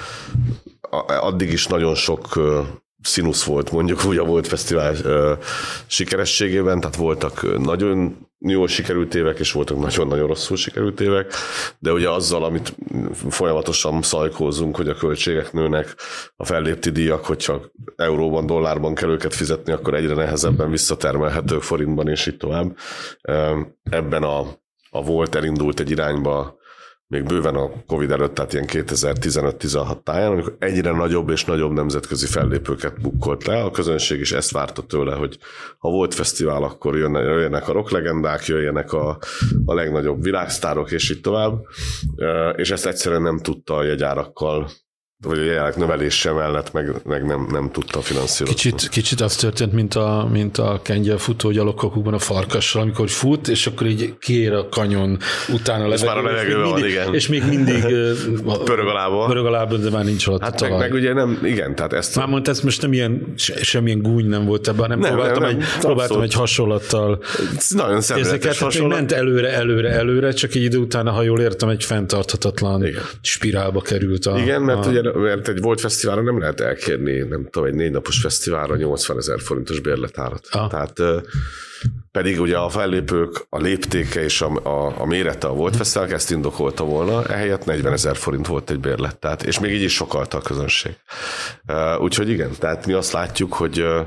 addig is nagyon sok színusz volt mondjuk úgy a Volt Fesztivál sikerességében, tehát voltak nagyon jól sikerült évek, és voltak nagyon-nagyon rosszul sikerült évek, de ugye azzal, amit folyamatosan szajkózunk, hogy a költségek nőnek, a fellépti díjak, hogyha euróban, dollárban kell őket fizetni, akkor egyre nehezebben visszatermelhetők forintban, és így tovább. Ebben a Volt elindult egy irányba, még bőven a Covid előtt, tehát ilyen 2015-16 táján, amikor egyre nagyobb és nagyobb nemzetközi fellépőket bukkolt le. A közönség is ezt várta tőle, hogy ha Volt Fesztivál, akkor jöjjenek a rocklegendák, jöjjenek a legnagyobb világsztárok, és így tovább. És ezt egyszerűen nem tudta a jegyárakkal, vagy a jegyárak növelése mellett meg nem tudta finanszírozni. Kicsit az történt, mint a kengyel futó gyalogkakukban a farkassal, amikor fut, és akkor így kiér a kanyon utána és már a levegőben van, igen. És még mindig pörög a lábon, de már nincs alatt a talaj. Meg ugye nem, igen, tehát ezt... Már mondta, ez most nem ilyen, semmilyen gúny nem volt ebben, hanem próbáltam egy hasonlattal. Nagyon szemléletes hasonlat. Ment előre, csak egy idő utána, ha jól értem, egy fenntarthatatlan spirálba került. Igen, mert egy Volt Fesztiválra nem lehet elkérni, nem tudom, egy 4 napos fesztiválra 80 000 forintos bérletárat. Tehát pedig ugye a fellépők, a léptéke és a mérete a Volt Fesztiválnak ezt indokolta volna, ehelyett 40 000 forint volt egy bérlet, tehát, és még így is sokalta a közönség. Úgyhogy igen, tehát mi azt látjuk,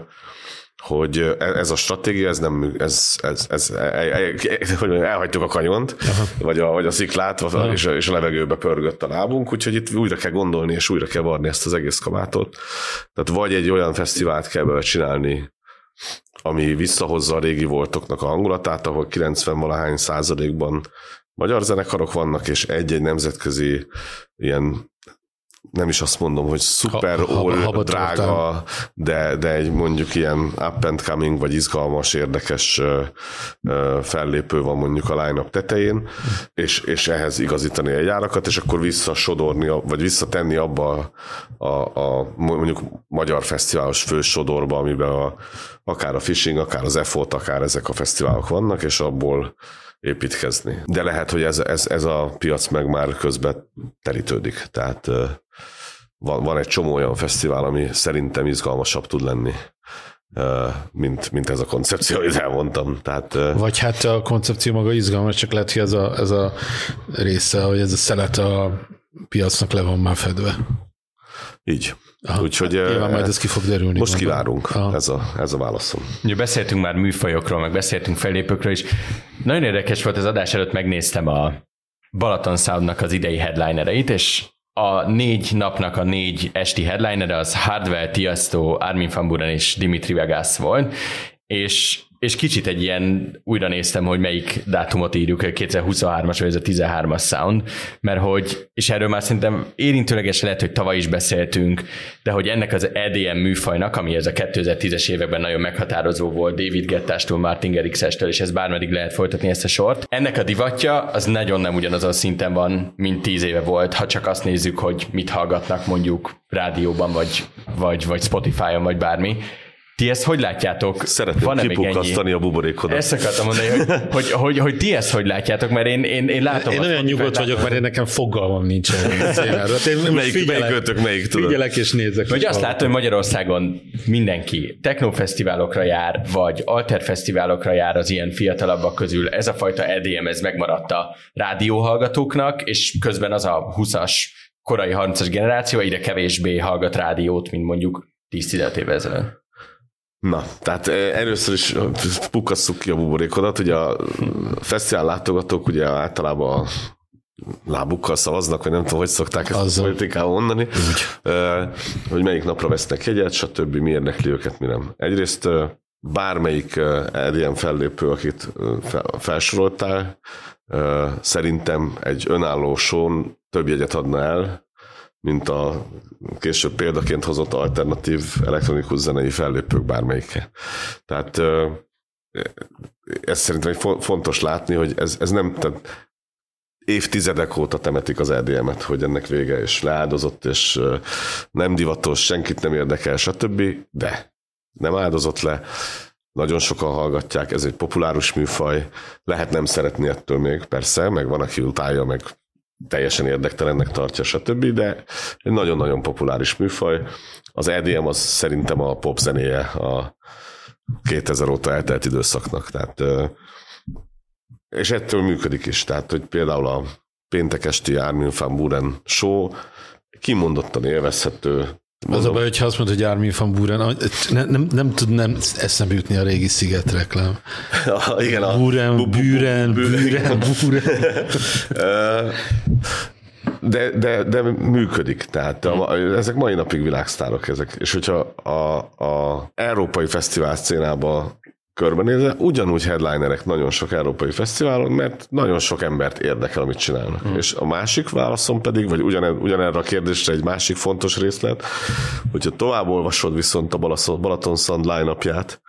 hogy ez a stratégia, hogy elhagytuk a kanyont, vagy a sziklát, és a levegőbe pörgött a lábunk, úgyhogy itt újra kell gondolni, és újra kell varni ezt az egész kabátot. Tehát vagy egy olyan fesztivált kell bele csinálni, ami visszahozza a régi Voltoknak a hangulatát, ahol 90% magyar zenekarok vannak, és egy nemzetközi ilyen, nem is azt mondom, hogy szuper drága, de egy mondjuk ilyen up and coming, vagy izgalmas, érdekes fellépő van mondjuk a line-up tetején, és ehhez igazítani egy árakat, és akkor visszasodorni, vagy visszatenni abba a mondjuk magyar fesztiválos fősodorba, amiben akár a Fishing, akár az EFOT, akár ezek a fesztiválok vannak, és abból építkezni. De lehet, hogy ez a piac meg már közben telítődik, tehát van egy csomó olyan fesztivál, ami szerintem izgalmasabb tud lenni, mint ez a koncepció, amit elmondtam. Tehát, vagy hát a koncepció maga izgalmas, csak lehet, hogy ez a része, hogy ez a szelet a piacnak le van már fedve. Így. Úgyhogy nyilván majd ez ki fog derülni. Most kivárunk, ez a válaszom. Ugye beszéltünk már műfajokról, meg beszéltünk fellépőkről is. Nagyon érdekes volt, az adás előtt megnéztem a Balaton Soundnak az idei headlinereit, és a 4 napnak a 4 esti headlinere az Hardwell, Tiesto, Armin van Buuren és Dimitri Vegas volt, és és kicsit egy ilyen, újra néztem, hogy melyik dátumot írjuk, 2023-as vagy ez a 13-as sound, mert hogy, és erről már szerintem érintőleges lehet, hogy tavaly is beszéltünk, de hogy ennek az EDM műfajnak, ami ez a 2010-es években nagyon meghatározó volt, David Guettástól, Martin Garrixestől, és ez bármeddig lehet folytatni ezt a sort. Ennek a divatja az nagyon nem ugyanazon szinten van, mint 10 éve volt, ha csak azt nézzük, hogy mit hallgatnak mondjuk rádióban, vagy Spotify-on, vagy bármi. Ti ezt hogy látjátok? Szeretném kipukkasztani a buborékodat. Ezt akartam mondani, hogy ti ezt hogy látjátok, mert én látom. Én olyan nyugodt vagyok, mert én nekem fogalmam nincsen. Melyik tudod? Figyelek és nézek. Vagy azt látom, hogy Magyarországon mindenki technofesztiválokra jár, vagy alterfesztiválokra jár az ilyen fiatalabbak közül. Ez a fajta EDM, ez megmaradt a rádióhallgatóknak, és közben az a 20-as, korai 30-as generáció ide kevésbé hallgat rádiót, mint mondjuk 10-15 évvel ezelőtt. Na, tehát először is pukkasszuk ki a buborékodat, ugye a fesztivál látogatók ugye általában a lábukkal szavaznak, vagy nem tudom, hogy szokták ezt a politikában mondani, hogy melyik napra vesznek jegyet, stb. Mi érdekli őket, mi nem. Egyrészt bármelyik EDM fellépő, akit felsoroltál, szerintem egy önálló show-n több jegyet adna el, mint a később példaként hozott alternatív elektronikus zenei fellépők bármelyike. Tehát ez szerintem fontos látni, hogy ez nem, tehát évtizedek óta temetik az EDM-et, hogy ennek vége, és leáldozott, és nem divatos, senkit nem érdekel, stb. De nem áldozott le, nagyon sokan hallgatják, ez egy populáris műfaj, lehet nem szeretni ettől még, persze, meg van, aki utálja, meg teljesen érdektelennek tartja, stb., de egy nagyon-nagyon populáris műfaj. Az EDM az szerintem a pop zenéje a 2000 óta eltelt időszaknak. Tehát, és ettől működik is. Tehát, hogy például a péntek esti Armin van Buuren show kimondottan élvezhető. Az a baj, hogyha azt mondod, hogy Armin van Buuren, nem tudnám eszembe jutni a régi Sziget reklám. Igen, a Buuren. De működik, tehát ezek mai napig világsztárok ezek, és hogyha a európai fesztivál szcénába körbenézve, ugyanúgy headlinerek nagyon sok európai fesztiválon, mert nagyon sok embert érdekel, amit csinálnak. És a másik válaszom pedig, vagy ugyanerre a kérdésre egy másik fontos részlet, hogyha tovább olvasod viszont a Balaton Sound line-upját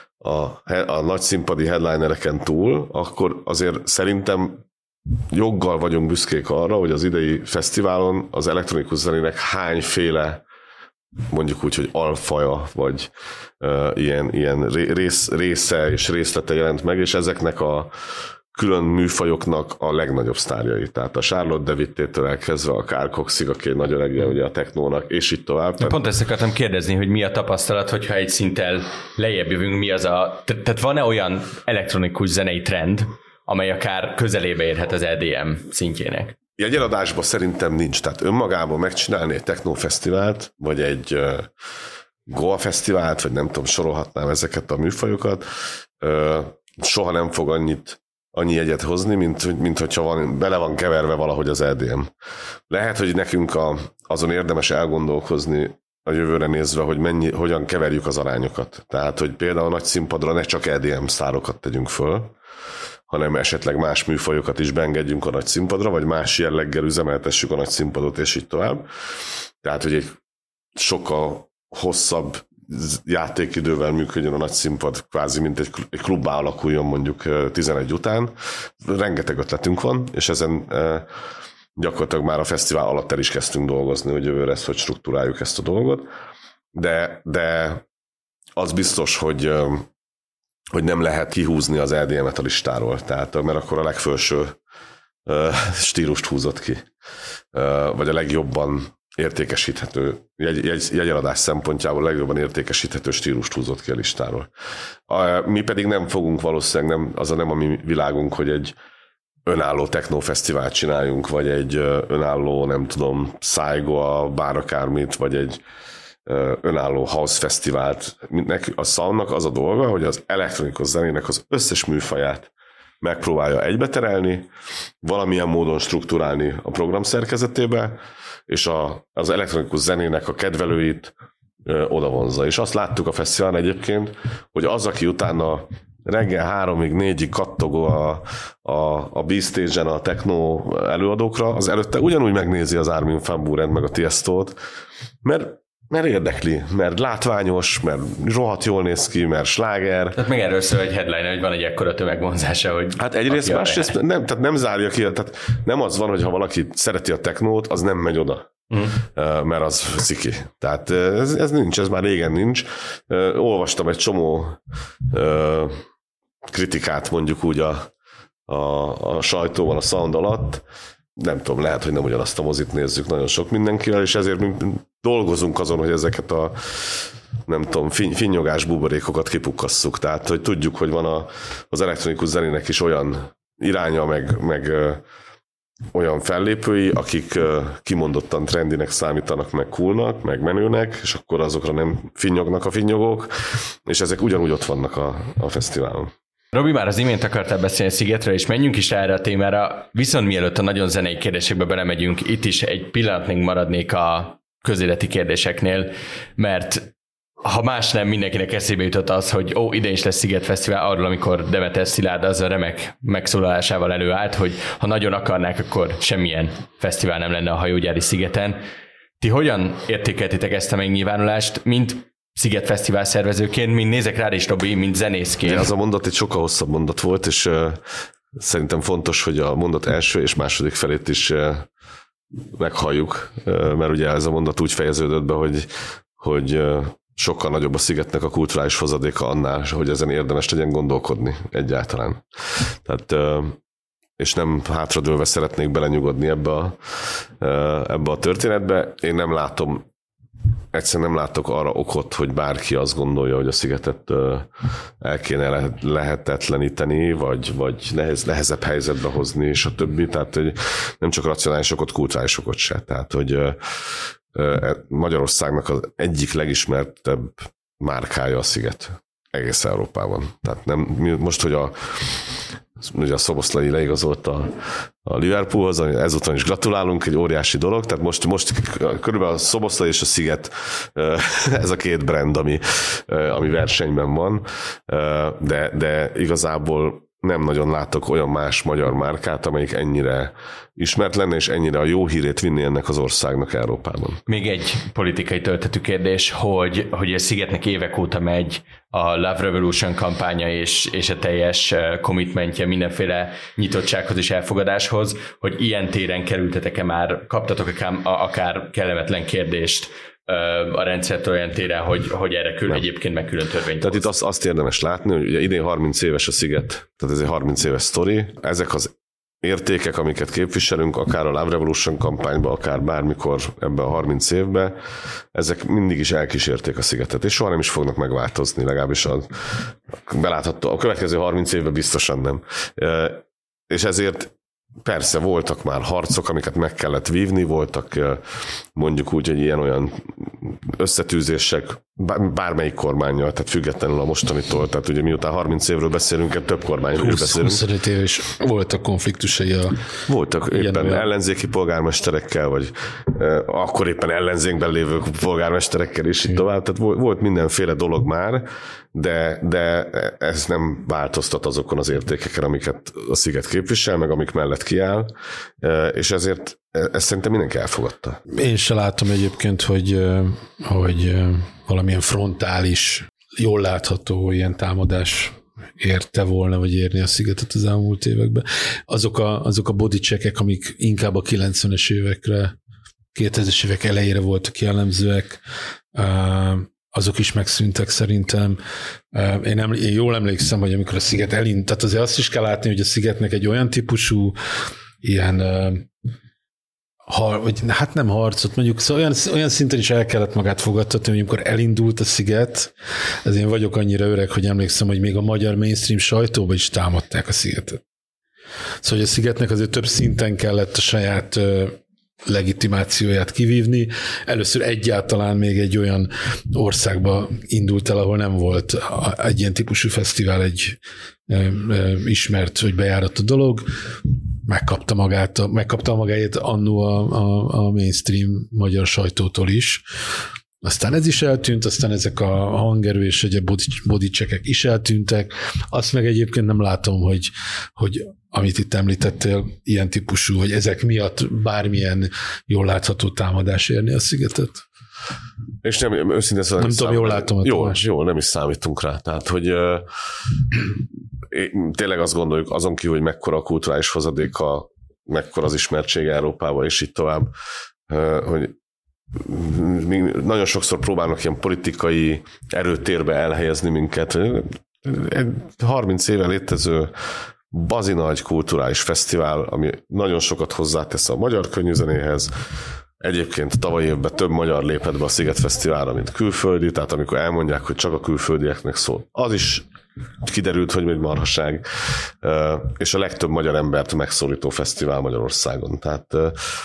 a nagy színpadi headlinereken túl, akkor azért szerintem joggal vagyunk büszkék arra, hogy az idei fesztiválon az elektronikus zenének hányféle, mondjuk úgy, hogy alfaja, vagy ilyen része és részlete jelent meg, és ezeknek a külön műfajoknak a legnagyobb sztárjai. Tehát a Charlotte de Witte-től elkezdve a Carl Coxig, aki egy nagy öregje ugye a technónak, és így tovább. Pont ezt akartam kérdezni, hogy mi a tapasztalat, hogyha egy szinttel lejjebb jövünk, mi az tehát van-e olyan elektronikus zenei trend, amely akár közelébe érhet az EDM szintjének? Jegyeladásban szerintem nincs. Tehát önmagában megcsinálni egy technófesztivált, vagy egy Goa fesztivált, vagy nem tudom, sorolhatnám ezeket a műfajokat, soha nem fog annyi jegyet hozni, mint hogyha bele van keverve valahogy az EDM. Lehet, hogy nekünk azon érdemes elgondolkozni a jövőre nézve, hogy hogyan keverjük az arányokat. Tehát, hogy például a nagy színpadra ne csak EDM sztárokat tegyünk föl, hanem esetleg más műfajokat is beengedjünk a nagy színpadra, vagy más jelleggel üzemeltessük a nagy színpadot, és így tovább. Tehát, hogy egy sokkal hosszabb játékidővel működjön a nagy színpad, kvázi mint egy klubbá alakuljon mondjuk 11 után. Rengeteg ötletünk van, és ezen gyakorlatilag már a fesztivál alatt el is kezdtünk dolgozni, hogy jövőre ezt, hogy struktúráljuk ezt a dolgot. De az biztos, hogy nem lehet kihúzni az EDM-et a listáról, tehát, mert akkor a legfelső stílust húzott ki, vagy a legjobban értékesíthető, jegyeladás szempontjából legjobban értékesíthető stílust húzott ki a listáról. Mi pedig nem fogunk valószínűleg, az nem a mi világunk, hogy egy önálló technófesztivált csináljunk, vagy egy önálló, nem tudom, Saigoa, bár akármit, vagy egy önálló house fesztivált. A soundnak az a dolga, hogy az elektronikus zenének az összes műfaját megpróbálja egybeterelni, valamilyen módon strukturálni a program szerkezetébe, és az elektronikus zenének a kedvelőit odavonza. És azt láttuk a fesztiválon egyébként, hogy az, aki utána reggel 3-ig, 4-ig kattogó a B-stage-en a techno előadókra, az előtte ugyanúgy megnézi az Armin van Buuren meg a Tiestót, mert érdekli, mert látványos, mert rohadt jól néz ki, mert sláger. Tehát meg erről szól egy headline, hogy van egy ekkora tömegvonzása, hogy... Hát egyrészt, másrészt tehát nem zárja ki, tehát nem az van, hogy ha valaki szereti a technót, az nem megy oda. Mert az sziki. Tehát ez nincs, ez már régen nincs. Olvastam egy csomó kritikát mondjuk úgy a sajtóban a sound alatt. Nem tudom, lehet, hogy nem ugyanazt a mozit nézzük nagyon sok mindenkivel, és ezért mi dolgozunk azon, hogy ezeket a nem tudom, finnyogás buborékokat kipukkasszuk. Tehát, hogy tudjuk, hogy van az elektronikus zenének is olyan iránya, meg olyan fellépői, akik kimondottan trendinek számítanak, meg coolnak, meg menőnek, és akkor azokra nem finnyognak a finnyogók, és ezek ugyanúgy ott vannak a fesztiválon. Robi, már az imént akartál beszélni Szigetről, és menjünk is erre a témára, viszont mielőtt a nagyon zenei kérdésekbe belemegyünk, itt is egy pillanatig maradnék a közéleti kérdéseknél, mert ha más nem, mindenkinek eszébe jutott az, hogy idén is lesz Sziget Fesztivál, arról, amikor Demeter Szilárd az a remek megszólalásával előállt, hogy ha nagyon akarnák, akkor semmilyen fesztivál nem lenne a hajógyári szigeten. Ti hogyan értékeltétek ezt a megnyilvánulást, mint Sziget Fesztivál szervezőként, mint nézek rád is, Robi, mint zenészként? Az a mondat egy sokkal hosszabb mondat volt, és szerintem fontos, hogy a mondat első és második felét is meghalljuk, mert ugye ez a mondat úgy fejeződött be, hogy sokkal nagyobb a Szigetnek a kulturális hozadéka annál, hogy ezen érdemes legyen gondolkodni egyáltalán. Tehát, és nem hátradőlve szeretnék belenyugodni ebbe a történetbe. Én nem látom, egyszerűen nem látok arra okot, hogy bárki azt gondolja, hogy a Szigetet el kéne lehetetleníteni, vagy nehezebb helyzetbe hozni, és a többi. Tehát, hogy nem csak racionális okot, kulturális okot se. Tehát, hogy Magyarországnak az egyik legismertebb márkája a Sziget egész Európában. Tehát nem, most, hogy ugye a Szoboszlai leigazolt a Liverpoolhoz, ezúton is gratulálunk, egy óriási dolog, tehát most körülbelül a Szoboszlai és a Sziget ez a két brand, ami versenyben van, de igazából nem nagyon látok olyan más magyar márkát, amelyik ennyire ismert lenne, és ennyire a jó hírét vinni ennek az országnak Európában. Még egy politikai töltetű kérdés, hogy a Szigetnek évek óta megy a Love Revolution kampánya és a teljes commitmentje mindenféle nyitottsághoz és elfogadáshoz, hogy ilyen téren kerültetek-e már, kaptatok akár kellemetlen kérdést a rendszertől olyan téren, hogy erre egyébként meg külön törvényt. Tehát itt azt érdemes látni, hogy ugye idén 30 éves a Sziget, tehát ez egy 30 éves sztori. Ezek az értékek, amiket képviselünk, akár a Love Revolution kampányban, akár bármikor ebben a 30 évben, ezek mindig is elkísérték a Szigetet, és soha nem is fognak megváltozni, legalábbis belátható. A következő 30 évben biztosan nem. És ezért persze voltak már harcok, amiket meg kellett vívni, voltak mondjuk úgy, hogy ilyen-olyan összetűzések bármelyik kormánnyal, tehát függetlenül a mostanitól, tehát ugye miután 30 évről beszélünk, több kormányról is beszélünk. 25 év is voltak konfliktusai voltak éppen ellenzéki polgármesterekkel, vagy akkor éppen ellenzékben lévő polgármesterekkel is így tovább, tehát volt mindenféle dolog már, de ez nem változtat azokon az értékeken, amiket a Sziget képvisel, meg amik mellett kiáll, és ezért ezt szerintem mindenki elfogadta. Én se látom egyébként, hogy valamilyen frontális, jól látható ilyen támadás érte volna, vagy érni a Szigetet az elmúlt években. Azok a bodycheckek, amik inkább a 90-es évekre, 2000-es évek elejére voltak jellemzőek, azok is megszűntek szerintem. Én jól emlékszem, hogy amikor a Sziget elindult, tehát azért azt is kell látni, hogy a Szigetnek egy olyan típusú ilyen hát nem harcot, mondjuk szóval olyan szinten is el kellett magát fogadtatni, hogy amikor elindult a Sziget, ez én vagyok annyira öreg, hogy emlékszem, hogy még a magyar mainstream sajtóban is támadták a Szigetet. Szóval hogy a Szigetnek azért több szinten kellett a saját legitimációját kivívni. Először egyáltalán még egy olyan országba indult el, ahol nem volt egy ilyen típusú fesztivál, egy ismert, hogy bejáratott dolog, megkapta magáét annó a mainstream magyar sajtótól is, Aztán ez is eltűnt, aztán ezek a hangerő és egy bodycheckek is eltűntek. Azt meg egyébként nem látom, hogy amit itt említettél, ilyen típusú, hogy ezek miatt bármilyen jól látható támadás érni a szigetet. És nem, őszintén szóval nem tudom, jól látom. Jó, nem is számítunk rá. Tehát, hogy tényleg azt gondoljuk, azon kívül, hogy mekkora a kulturális hozadéka, mekkora az ismertsége Európában, és így tovább, hogy nagyon sokszor próbálnak ilyen politikai erőtérbe elhelyezni minket. 30 éve létező bazinagy kulturális fesztivál, ami nagyon sokat hozzátesz a magyar könnyűzenéhez. Egyébként tavaly évben több magyar lépett be a Sziget Fesztiválra, mint külföldi, tehát amikor elmondják, hogy csak a külföldieknek szól, az is kiderült, hogy egy marhaság, és a legtöbb magyar embert megszólító fesztivál Magyarországon. Tehát,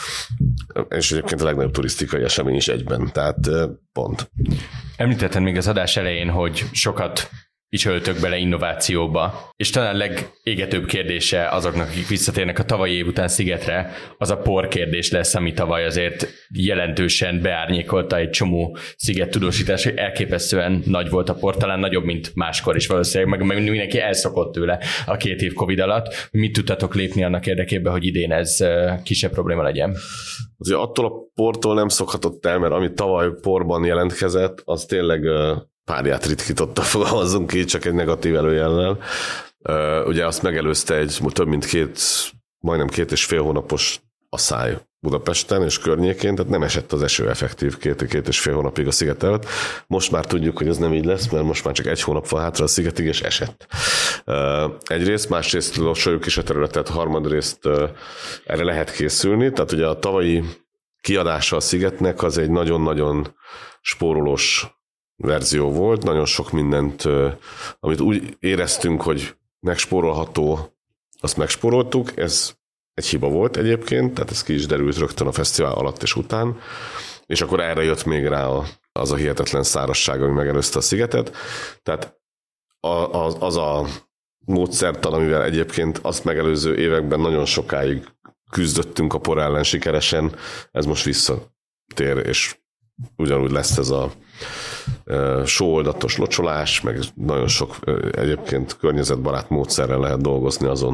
és egyébként a legnagyobb turisztikai esemény is egyben, tehát pont. Említetted még az adás elején, hogy sokat is öltök bele innovációba, és talán a legégetőbb kérdése azoknak, akik visszatérnek a tavalyi év után Szigetre, az a por kérdés lesz, ami tavaly azért jelentősen beárnyékolta egy csomó Sziget tudósítás, hogy elképesztően nagy volt a por, talán nagyobb, mint máskor is valószínűleg, meg mindenki elszokott tőle a 2 év Covid alatt. Mit tudtatok lépni annak érdekében, hogy idén ez kisebb probléma legyen? Azért attól a portól nem szokhatott el, mert ami tavaly porban jelentkezett, az tényleg párját ritkította, fogalmazzunk ki, csak egy negatív előjellel. Ugye azt megelőzte egy több mint majdnem 2,5 hónapos asszály Budapesten és környékén, tehát nem esett az eső effektív 2,5 hónapig a sziget előtt. Most már tudjuk, hogy ez nem így lesz, mert most már csak 1 hónap van hátra a szigetig, és esett. Egyrészt, másrészt lossoljuk is a területet, harmadrészt erre lehet készülni, tehát ugye a tavalyi kiadása a szigetnek az egy nagyon-nagyon spórolós verzió volt, nagyon sok mindent, amit úgy éreztünk, hogy megspórolható, azt megspóroltuk, ez egy hiba volt egyébként, tehát ez ki is derült rögtön a fesztivál alatt és után, és akkor erre jött még rá az a hihetetlen szárazság, ami megelőzte a szigetet, tehát az a módszertan, amivel egyébként azt megelőző években nagyon sokáig küzdöttünk a por ellen sikeresen, ez most visszatér, és ugyanúgy lesz ez a sóoldatos locsolás, meg nagyon sok egyébként környezetbarát módszerrel lehet dolgozni azon,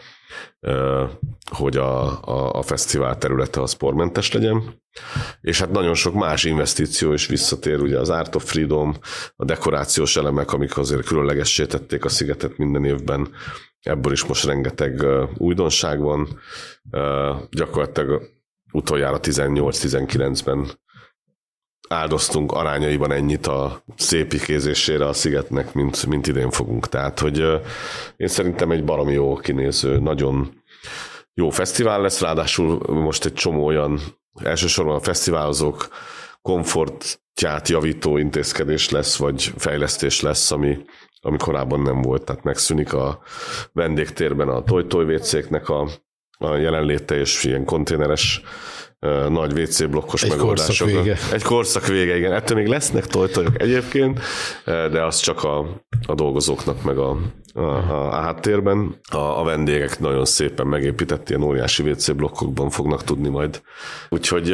hogy a fesztivál területe az pormentes legyen. És hát nagyon sok más investíció is visszatér, ugye az Art of Freedom, a dekorációs elemek, amik azért különlegessé tették a szigetet minden évben, ebből is most rengeteg újdonság van. Gyakorlatilag utoljára 18-19-ben áldoztunk arányaiban ennyit a szépikézésére a szigetnek, mint idén fogunk. Tehát, hogy én szerintem egy baromi jó kinéző, nagyon jó fesztivál lesz, ráadásul most egy csomó olyan, elsősorban a fesztiválozók komfortját javító intézkedés lesz, vagy fejlesztés lesz, ami korábban nem volt. Tehát megszűnik a vendégtérben a Toy WC-knek a jelenléte, és ilyen konténeres nagy WC blokkos megoldások. Egy korszak vége, igen. Ettől még lesznek tojtojok egyébként, de az csak a dolgozóknak meg a háttérben. A vendégek nagyon szépen megépített ilyen óriási WC blokkokban fognak tudni majd. Úgyhogy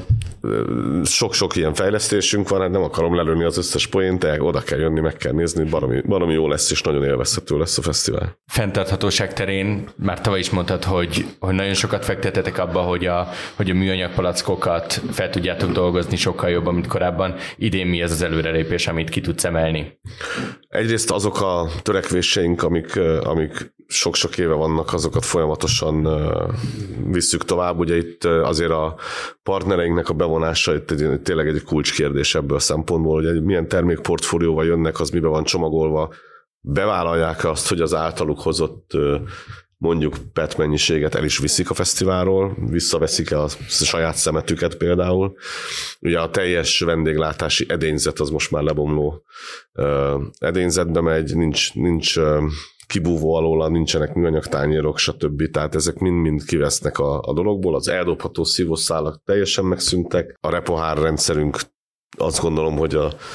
sok-sok ilyen fejlesztésünk van, hát nem akarom lelőni az összes poént, de oda kell jönni, meg kell nézni, baromi jó lesz, és nagyon élvezhető lesz a fesztivál. Fenntarthatóság terén már tavaly is mondtad, hogy nagyon sokat fektetetek abba, hogy a műanyag palackokat fel tudjátok dolgozni sokkal jobban, mint korábban. Idén mi ez az előrelépés, amit ki tudsz emelni? Egyrészt azok a törekvéseink, amik sok-sok éve vannak, azokat folyamatosan visszük tovább. Ugye itt azért a partnereinknek a bevonása itt tényleg egy kulcskérdés ebből a szempontból, hogy milyen termékportfólióval jönnek, az mibe van csomagolva, bevállalják azt, hogy az általuk hozott mondjuk PET mennyiséget el is viszik a fesztiválról, visszaveszik a saját szemetüket például. Ugye a teljes vendéglátási edényzet az most már lebomló edényzetbe megy, nincs kibúvó alóla, nincsenek műanyag tányérok, stb. Tehát ezek mind kivesznek a dologból. Az eldobható szívószálak teljesen megszűntek. A repohár rendszerünk azt gondolom, hogy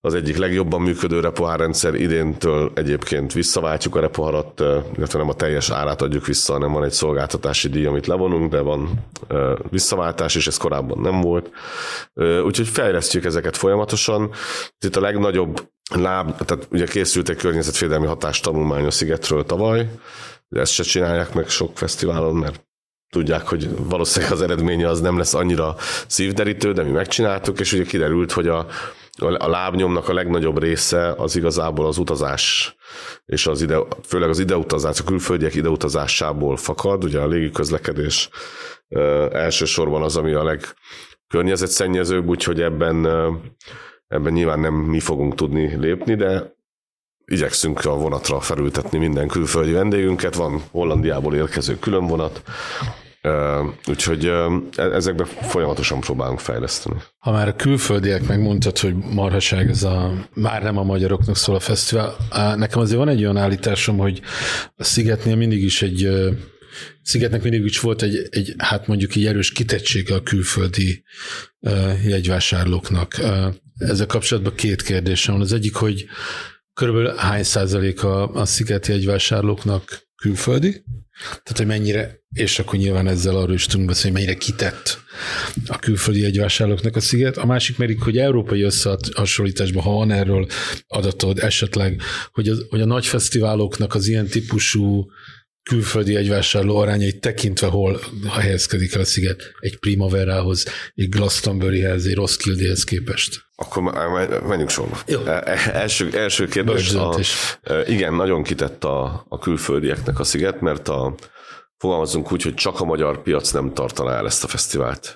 az egyik legjobban működő repohárrendszer. Idéntől egyébként visszaváltjuk a repoharat, illetve nem a teljes árát adjuk vissza, hanem van egy szolgáltatási díj, amit levonunk, de van visszaváltás, és ez korábban nem volt. Úgyhogy fejlesztjük ezeket folyamatosan. Itt a legnagyobb tehát ugye készült egy környezetvédelmi hatástanulmány a szigetről tavaly, de ezt se csinálják meg sok fesztiválon, mert tudják, hogy valószínűleg az eredménye az nem lesz annyira szívderítő, de mi megcsináltuk, és ugye kiderült, hogy a lábnyomnak a legnagyobb része az igazából az utazás, és főleg az ideutazás, a külföldiek ideutazásából fakad. Ugye a légiközlekedés elsősorban az, ami a legkörnyezetszennyezőbb, úgyhogy ebben nyilván nem mi fogunk tudni lépni, de igyekszünk a vonatra felültetni minden külföldi vendégünket, van Hollandiából érkező külön vonat, úgyhogy ezekben folyamatosan próbálunk fejleszteni. Ha már a külföldiek megmondtad, hogy marhaság, ez már nem a magyaroknak szól a fesztivál, nekem azért van egy olyan állításom, hogy a Szigetnél Szigetnek mindig is volt egy hát mondjuk egy erős kitettsége a külföldi jegyvásárlóknak. Ezzel kapcsolatban két kérdésem van. Az egyik, hogy körülbelül hány százaléka a Sziget jegyvásárlóknak külföldi? Tehát, hogy mennyire, és akkor nyilván ezzel arról is tudunk beszélni, hogy mennyire kitett a külföldi jegyvásárlóknak a Sziget. A másik pedig, hogy európai összehasonlításban, ha van erről adatod esetleg, hogy a nagy fesztiváloknak az ilyen típusú külföldi jegyvásárló arányait tekintve hol helyezkedik el a Sziget egy Primaverához, egy Glastonburyhez, egy Roskildehez képest? Akkor menjünk sorba. Első kérdés. Igen, nagyon kitett a külföldieknek a Sziget, mert fogalmazunk úgy, hogy csak a magyar piac nem tartaná el ezt a fesztivált.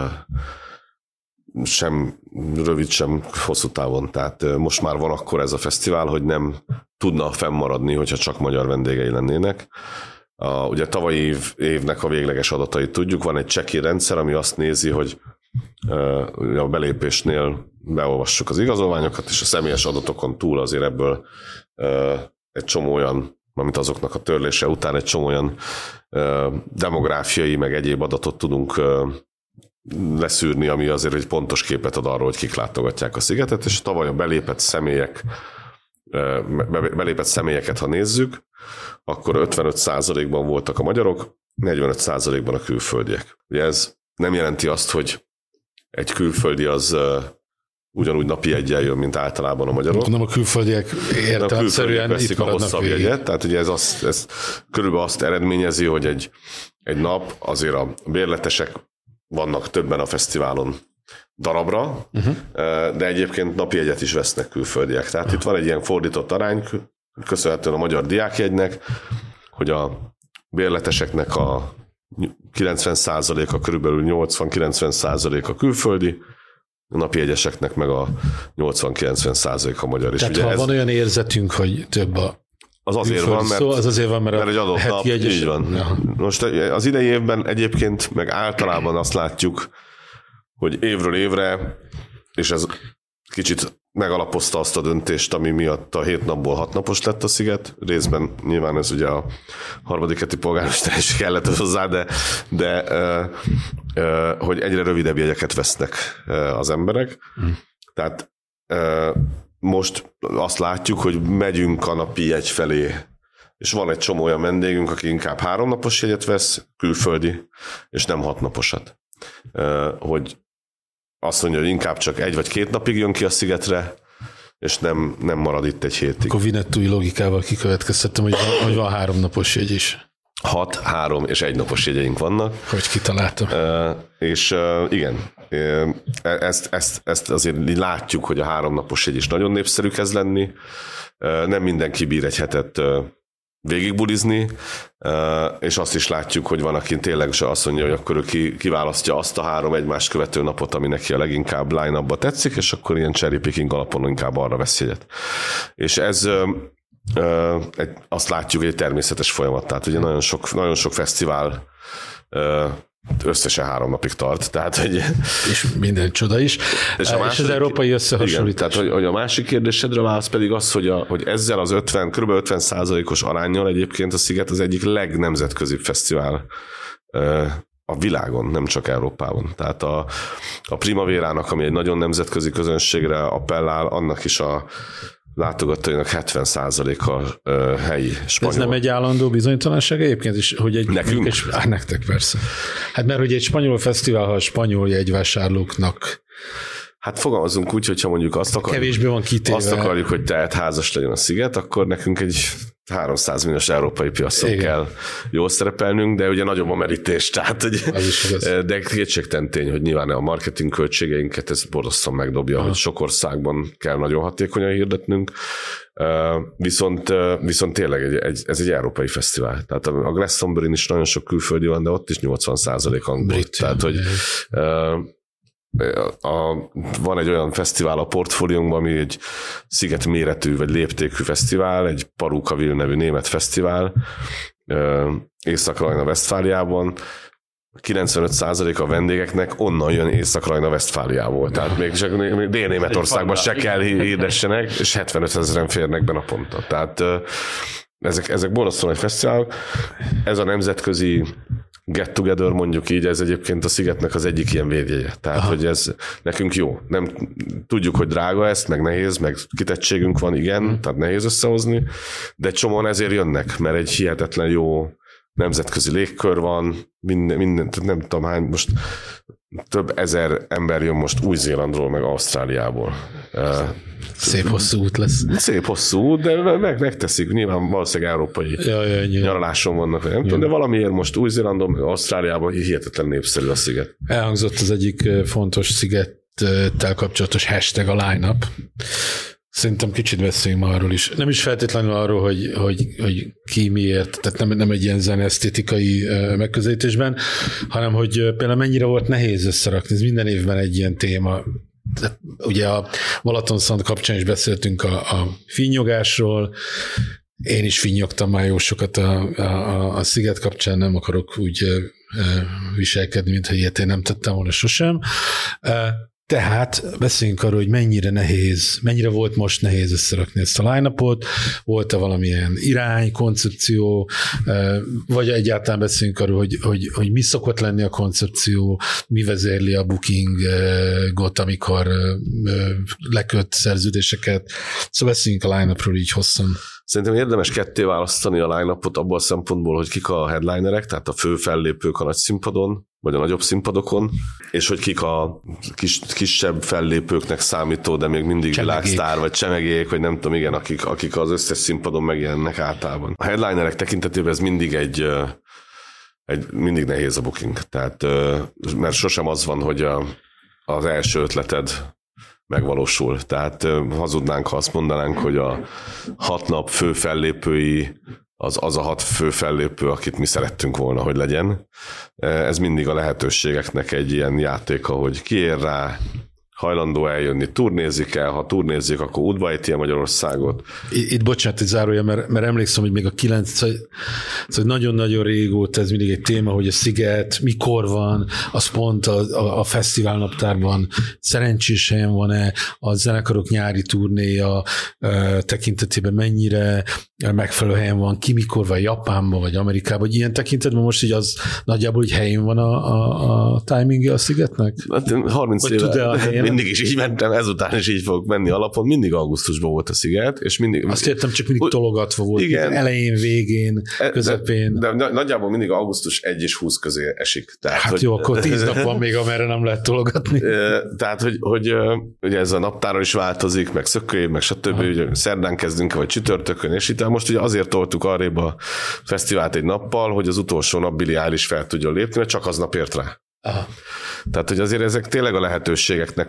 Sem rövid, sem hosszú távon. Tehát most már van akkor ez a fesztivál, hogy nem tudna fennmaradni, hogyha csak magyar vendégei lennének. Ugye tavalyi évnek a végleges adatait tudjuk, van egy check-in rendszer, ami azt nézi, hogy a belépésnél beolvassuk az igazolványokat, és a személyes adatokon túl azért ebből egy csomó olyan, amit azoknak a törlése után egy csomó olyan demográfiai, meg egyéb adatot tudunk leszűrni, ami azért egy pontos képet ad arról, hogy kik látogatják a Szigetet, és tavaly a belépett személyeket, ha nézzük, akkor 55%-ban voltak a magyarok, 45%-ban a külföldiek. Ugye ez nem jelenti azt, hogy egy külföldi az ugyanúgy napi egyen jön, mint általában a magyarok. Nem a külföldiek értelemszerűen veszik a hosszabb jegyet, tehát ugye ez körülbelül azt eredményezi, hogy egy nap azért a bérletesek vannak többen a fesztiválon darabra, de egyébként napi jegyet is vesznek külföldiek. Tehát itt van egy ilyen fordított arány, köszönhetően a magyar diákjegynek, hogy a bérleteseknek a 90%-a, körülbelül 80-90% a külföldi, a napi jegyeseknek meg a 80-90% a magyar is. Tehát ugye ha van olyan érzetünk, hogy több az azért van, mert egy adott nap, így van. Ja. Most az idei évben egyébként meg általában azt látjuk, hogy évről évre, és ez kicsit megalapozta azt a döntést, ami miatt a 7 napból 6 napos lett a Sziget. Részben nyilván ez ugye a harmadik heti polgármester is kellett hozzá, de hogy egyre rövidebb jegyeket vesznek az emberek. Tehát most azt látjuk, hogy megyünk a napi jegy felé, és van egy csomó olyan vendégünk, aki inkább 3 napos jegyet vesz, külföldi, és nem 6 naposat. Hogy azt mondja, hogy inkább csak 1 vagy 2 napig jön ki a Szigetre, és nem marad itt egy hétig. Akkor Vinettui logikával kikövetkeztettem, hogy van 3 napos jegy is. 6, 3 és 1 napos jegyeink vannak. Hogy kitaláltam. És igen, ezt azért így látjuk, hogy a 3 napos jegy is nagyon népszerű kezd lenni. Nem mindenki bír egy hetet végigbulizni, és azt is látjuk, hogy van, aki tényleg azt mondja, hogy akkor ő kiválasztja azt a 3 egymást követő napot, ami neki a leginkább line-upba tetszik, és akkor ilyen cherry picking alapon inkább arra vesz jegyet. És ez azt látjuk, egy természetes folyamat. Tehát ugye nagyon sok fesztivál összesen 3 napig tart. Tehát, hogy és minden csoda is. És az európai összehasonlítás. Igen, tehát, hogy a másik kérdésedre válasz pedig az, hogy ezzel az kb. 50%-os aránnyal egyébként a Sziget az egyik legnemzetközibb fesztivál a világon, nem csak Európában. Tehát a Primavérának, ami egy nagyon nemzetközi közönségre appellál, annak is a látogatóinak 70%-a helyi spanyol. Ez nem egy állandó bizonytalanság egyébként is, hogy egy... Nekünk? Nektek persze. Hát mert hogy egy spanyol fesztivál, ha a spanyol jegyvásárlóknak... Hát fogalmazunk úgy, hogyha mondjuk azt akarjuk, hogy teltházas legyen a sziget, akkor nekünk egy 300 milliós európai piacon kell jól szerepelnünk, de ugye nagyobb a merítés, tehát hogy, de kétségtelen tény, hogy nyilván a marketing költségeinket ez borzasztóan megdobja, hogy sok országban kell nagyon hatékonyan hirdetnünk, viszont tényleg ez egy európai fesztivál. Tehát a Glastonburyn is nagyon sok külföldi van, de ott is 80% angol. Tehát, hogy van egy olyan fesztivál a portfóliónkban, ami egy sziget méretű vagy léptékű fesztivál, egy Parukaville nevű német fesztivál Észak-Rajna-Vesztfáliában. 95% a vendégeknek onnan jön Észak-Rajna-Vesztfáliából. Tehát még csak Dél-Németországban se kell hirdessenek, és 75 000 férnek be naponta. Tehát ezek borzasztóan egy fesztivál. Ez a nemzetközi get together, mondjuk így, ez egyébként a szigetnek az egyik ilyen védjegye. Tehát, hogy ez nekünk jó. Nem tudjuk, hogy drága ezt, meg nehéz, meg kitettségünk van, igen, tehát nehéz összehozni, de csomóan ezért jönnek, mert egy hihetetlen jó nemzetközi légkör van, minden nem tudom hány, most több ezer ember jön most Új-Zélandról, meg Ausztráliából. Szép hosszú út lesz. Szép hosszú út, de megteszik. Nyilván valószínűleg európai nyaraláson vannak, nem tudom, de valamiért most Új-Zélandon, meg Ausztráliában hihetetlen népszerű a sziget. Elhangzott az egyik fontos szigettel kapcsolatos hashtag a line-up. Szerintem kicsit beszéljünk arról is. Nem is feltétlenül arról, hogy ki miért, tehát nem egy ilyen zenesztétikai megközelítésben, hanem hogy például mennyire volt nehéz összerakni. Ez minden évben egy ilyen téma. Ugye a Balatonszand kapcsán is beszéltünk a finnyogásról, én is finnyogtam már jó sokat a sziget kapcsán, nem akarok úgy viselkedni, mintha ilyet én nem tettem volna sosem. Tehát beszéljünk arról, hogy mennyire volt most nehéz összerakni ezt a line-upot, volt-e valamilyen irány, koncepció, vagy egyáltalán beszéljünk arról, hogy mi szokott lenni a koncepció, mi vezérli a bookingot, amikor leköt szerződéseket. Szóval beszéljünk a line-upról így hosszan. Szerintem érdemes ketté választani a line-upot abból a szempontból, hogy kik a headlinerek, tehát a fő fellépők a nagy színpadon, vagy a nagyobb színpadokon, és hogy kik a kisebb fellépőknek számító, de még mindig világsztár, vagy csemegék, vagy nem tudom, igen, akik az összes színpadon megjelennek általában. A headlinerek tekintetében ez mindig mindig nehéz a booking. Tehát, mert sosem az van, hogy az első ötleted megvalósul. Tehát hazudnánk, ha azt mondanánk, hogy a 6 nap fő fellépői az a 6 fő fellépő, akit mi szerettünk volna, hogy legyen. Ez mindig a lehetőségeknek egy ilyen játéka, hogy ki ér rá, hajlandó eljönni, turnézik el, ha turnézik, akkor útba ejti a Magyarországot. Itt bocsánat, egy zárója, mert emlékszem, hogy még a 9, szóval nagyon-nagyon régóta ez mindig egy téma, hogy a sziget mikor van, az pont a fesztivál naptárban szerencsés helyen van-e, a zenekarok nyári turnéja tekintetében mennyire megfelelő helyen van, ki mikor van Japánban, vagy Amerikában, vagy ilyen tekintetben most így az nagyjából így helyén van a timingja a szigetnek? Hát 30 éve mindig is így mentem, ezután is így fogok menni alapon, mindig augusztusban volt a sziget, és mindig... Azt értem, csak mindig tologatva volt, igen, elején, végén, közepén. De nagyjából mindig augusztus 1 és 20 közé esik. Tehát, hát jó, akkor 10 nap van még, amerre nem lehet tologatni. Tehát, hogy ugye ez a naptáron is változik, meg szökőjév, meg stb. Ugye szerdán kezdünk, vagy csütörtökön, és itt most ugye azért toltuk arrébb a fesztivált egy nappal, hogy az utolsó nap Billie Eilish fel tudjon lépni, mert csak aznap ért rá. Aha. Tehát, hogy azért ezek tényleg a lehetőségeknek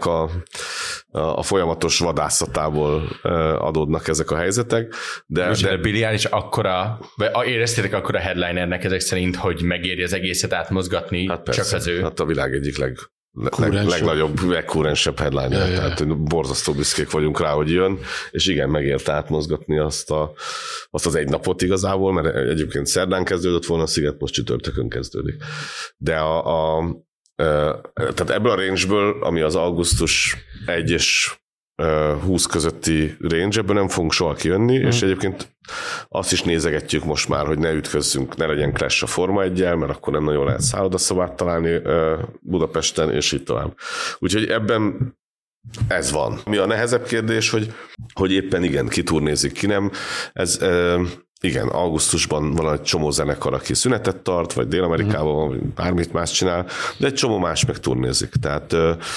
a folyamatos vadászatából adódnak ezek a helyzetek. De Billie Eilish éreztétek akkora headlinernek ezek szerint, hogy megéri az egészet átmozgatni, hát persze, csak az ő? Hát a világ egyik legnagyobb, legkurensebb headliner. Tehát borzasztó büszkék vagyunk rá, hogy jön, és igen, megért átmozgatni azt az egy napot igazából, mert egyébként szerdán kezdődött volna a sziget, most csütörtökön kezdődik. De tehát ebből a range-ből, ami az augusztus 1 és 20 közötti range, ebből nem fogunk soha kijönni, és egyébként azt is nézegetjük most már, hogy ne ütközzünk, ne legyen crash a Forma 1-jel, mert akkor nem nagyon lehet szállodaszobát találni Budapesten, és így tovább. Úgyhogy ebben ez van. Mi a nehezebb kérdés, hogy éppen igen, ki turnézik, ki nem. Ez igen, augusztusban van egy csomó zenekar, aki szünetet tart, vagy Dél-Amerikában, vagy bármit más csinál, de egy csomó más meg turnézik. Tehát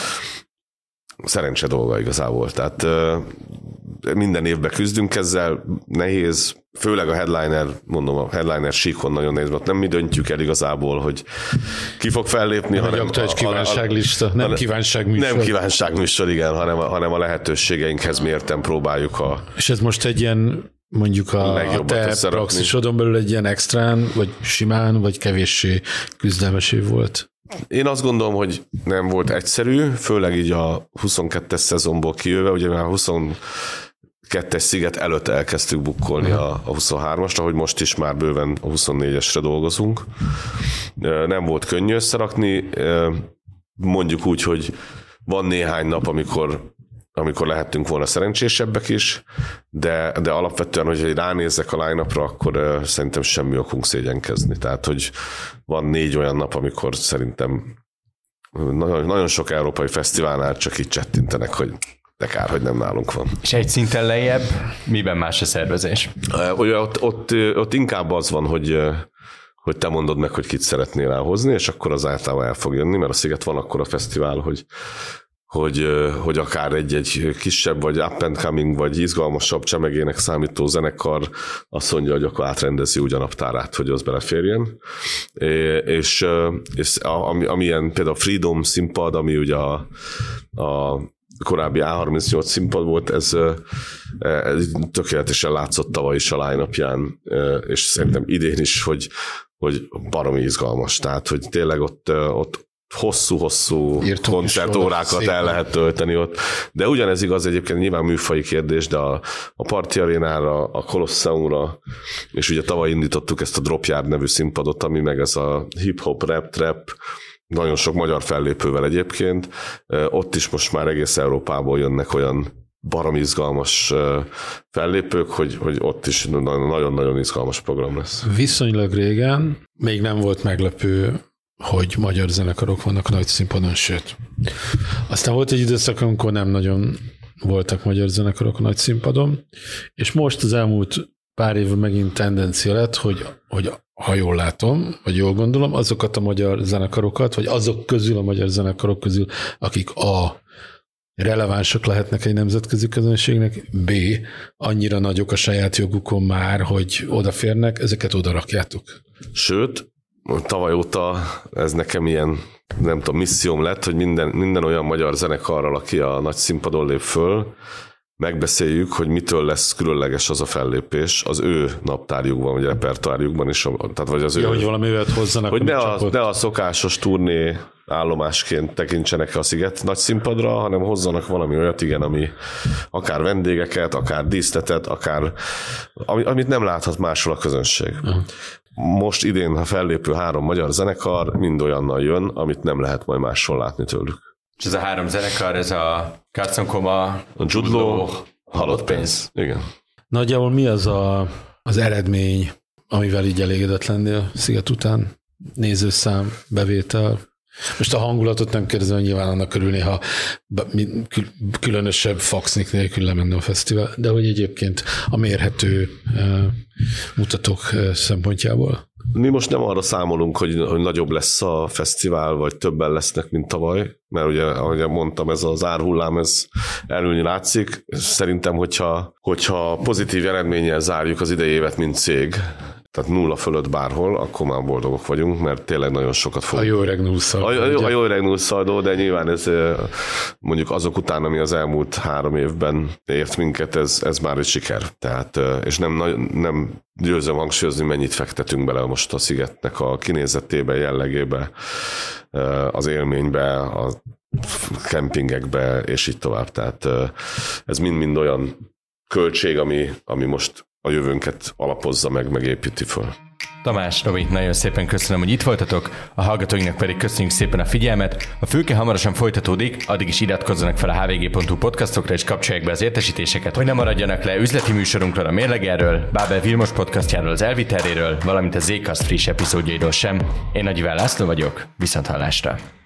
szerencse dolga igazából. Tehát minden évben küzdünk ezzel, nehéz, főleg a headliner síkon nagyon nehéz, mert nem mi döntjük el igazából, hogy ki fog fellépni, hanem egy kívánságlista, nem kívánságműsor. Nem kívánságműsor, igen, hanem a lehetőségeinkhez mérten próbáljuk És ez most egy ilyen, mondjuk a te praxisodon belül egy ilyen extrán, vagy simán, vagy kevéssé küzdelmes év volt? Én azt gondolom, hogy nem volt egyszerű, főleg így a 22-es szezonból kijöve, ugye már 22-es sziget előtt elkezdtük bukkolni a 23-asra, hogy most is már bőven a 24-esre dolgozunk. Nem volt könnyű összerakni, mondjuk úgy, hogy van néhány nap, amikor lehettünk volna szerencsésebbek is, de alapvetően, hogy ránézzek a line-upra, akkor szerintem semmi okunk szégyenkezni. Tehát, hogy van 4 olyan nap, amikor szerintem nagyon sok európai fesztiválnál csak így csettintenek, hogy de kár, hogy nem nálunk van. És egy szinten lejjebb, miben más a szervezés? Ott inkább az van, hogy te mondod meg, hogy kit szeretnél elhozni, és akkor az általában el fog jönni, mert a Sziget van akkor a fesztivál, hogy akár egy kisebb, vagy up and coming, vagy izgalmasabb csemegének számító zenekar azt mondja, hogy akkor átrendezi úgy a naptárát, hogy az beleférjen. És amilyen például a Freedom színpad, ami ugye a korábbi A38 színpad volt, ez tökéletesen látszott tavaly is a line-upján, és szerintem idén is, hogy baromi izgalmas. Tehát, hogy tényleg ott hosszú koncertórákat el lehet tölteni ott. De ugyanez igaz egyébként nyilván műfaji kérdés, de a Party Arénára, a Colosseumra, és ugye tavaly indítottuk ezt a Dropyard nevű színpadot, ami meg ez a hip-hop, rap, trap, nagyon sok magyar fellépővel egyébként. Ott is most már egész Európából jönnek olyan baromi izgalmas fellépők, hogy ott is nagyon-nagyon izgalmas program lesz. Viszonylag régen még nem volt meglepő, hogy magyar zenekarok vannak a nagy színpadon, sőt. Aztán volt egy időszak, amikor nem nagyon voltak magyar zenekarok a nagy színpadon, és most az elmúlt pár évben megint tendencia lett, hogy ha jól látom, vagy jól gondolom, azokat a magyar zenekarokat, vagy azok közül a magyar zenekarok közül, akik A. relevánsak lehetnek egy nemzetközi közönségnek, B. annyira nagyok a saját jogukon már, hogy odaférnek, ezeket oda rakjátok. Sőt, tavaly óta ez nekem ilyen, nem tudom, misszióm lett, hogy minden olyan magyar zenekarral, aki a nagy színpadon lép föl, megbeszéljük, hogy mitől lesz különleges az a fellépés az ő naptárjukban, vagy repertoárjukban is, tehát vagy az ő... hogy valamivel hozzanak. Hogy ne a szokásos turné állomásként tekintsenek a Sziget nagy színpadra, hanem hozzanak valami olyat, igen, ami akár vendégeket, akár díszletet, akár amit nem láthat máshol a közönség. Most idén, ha fellépő 3 magyar zenekar, mind olyannal jön, amit nem lehet majd máshol látni tőlük. És ez a 3 zenekar, ez a Carson Coma, a Jude Law, Halott pénz. Igen. Nagyjából mi az az eredmény, amivel így elégedett lennél Sziget után? Nézőszám, bevétel? Most a hangulatot nem kérdezem, hogy nyilván annak örülni, ha különösebb faxnik nélkül lemenne a fesztivál, de hogy egyébként a mérhető mutatók szempontjából. Mi most nem arra számolunk, hogy nagyobb lesz a fesztivál, vagy többen lesznek, mint tavaly, mert ugye, ahogy mondtam, ez az árhullám, ez elülni látszik. Szerintem, hogyha pozitív eredménnyel zárjuk az idei évet, mint cég, tehát 0 fölött bárhol, akkor már boldogok vagyunk, mert tényleg nagyon sokat fogunk. A jó öreg nullszaldó. A jó öreg nullszaldó, de nyilván ez mondjuk azok után, ami az elmúlt 3 évben ért minket, ez már egy siker. Tehát, és nem győzöm hangsúlyozni, mennyit fektetünk bele most a Szigetnek a kinézetébe, jellegébe, az élménybe, a kempingekbe, és így tovább. Tehát ez mind-mind olyan költség, ami most a jövőnket alapozza meg építi föl. Tamás, Robi, nagyon szépen köszönöm, hogy itt voltatok, a hallgatóinknak pedig köszönjük szépen a figyelmet. A Fülke hamarosan folytatódik, addig is iratkozzanak fel a hvg.hu podcastokra és kapcsolják be az értesítéseket, hogy ne maradjanak le üzleti műsorunkról, a Mérlegerről, Bábel Vilmos podcastjáról, az Elviteréről, valamint a Zcast friss epizódjairól sem. Én Nagy Iván László vagyok, viszonthallásra.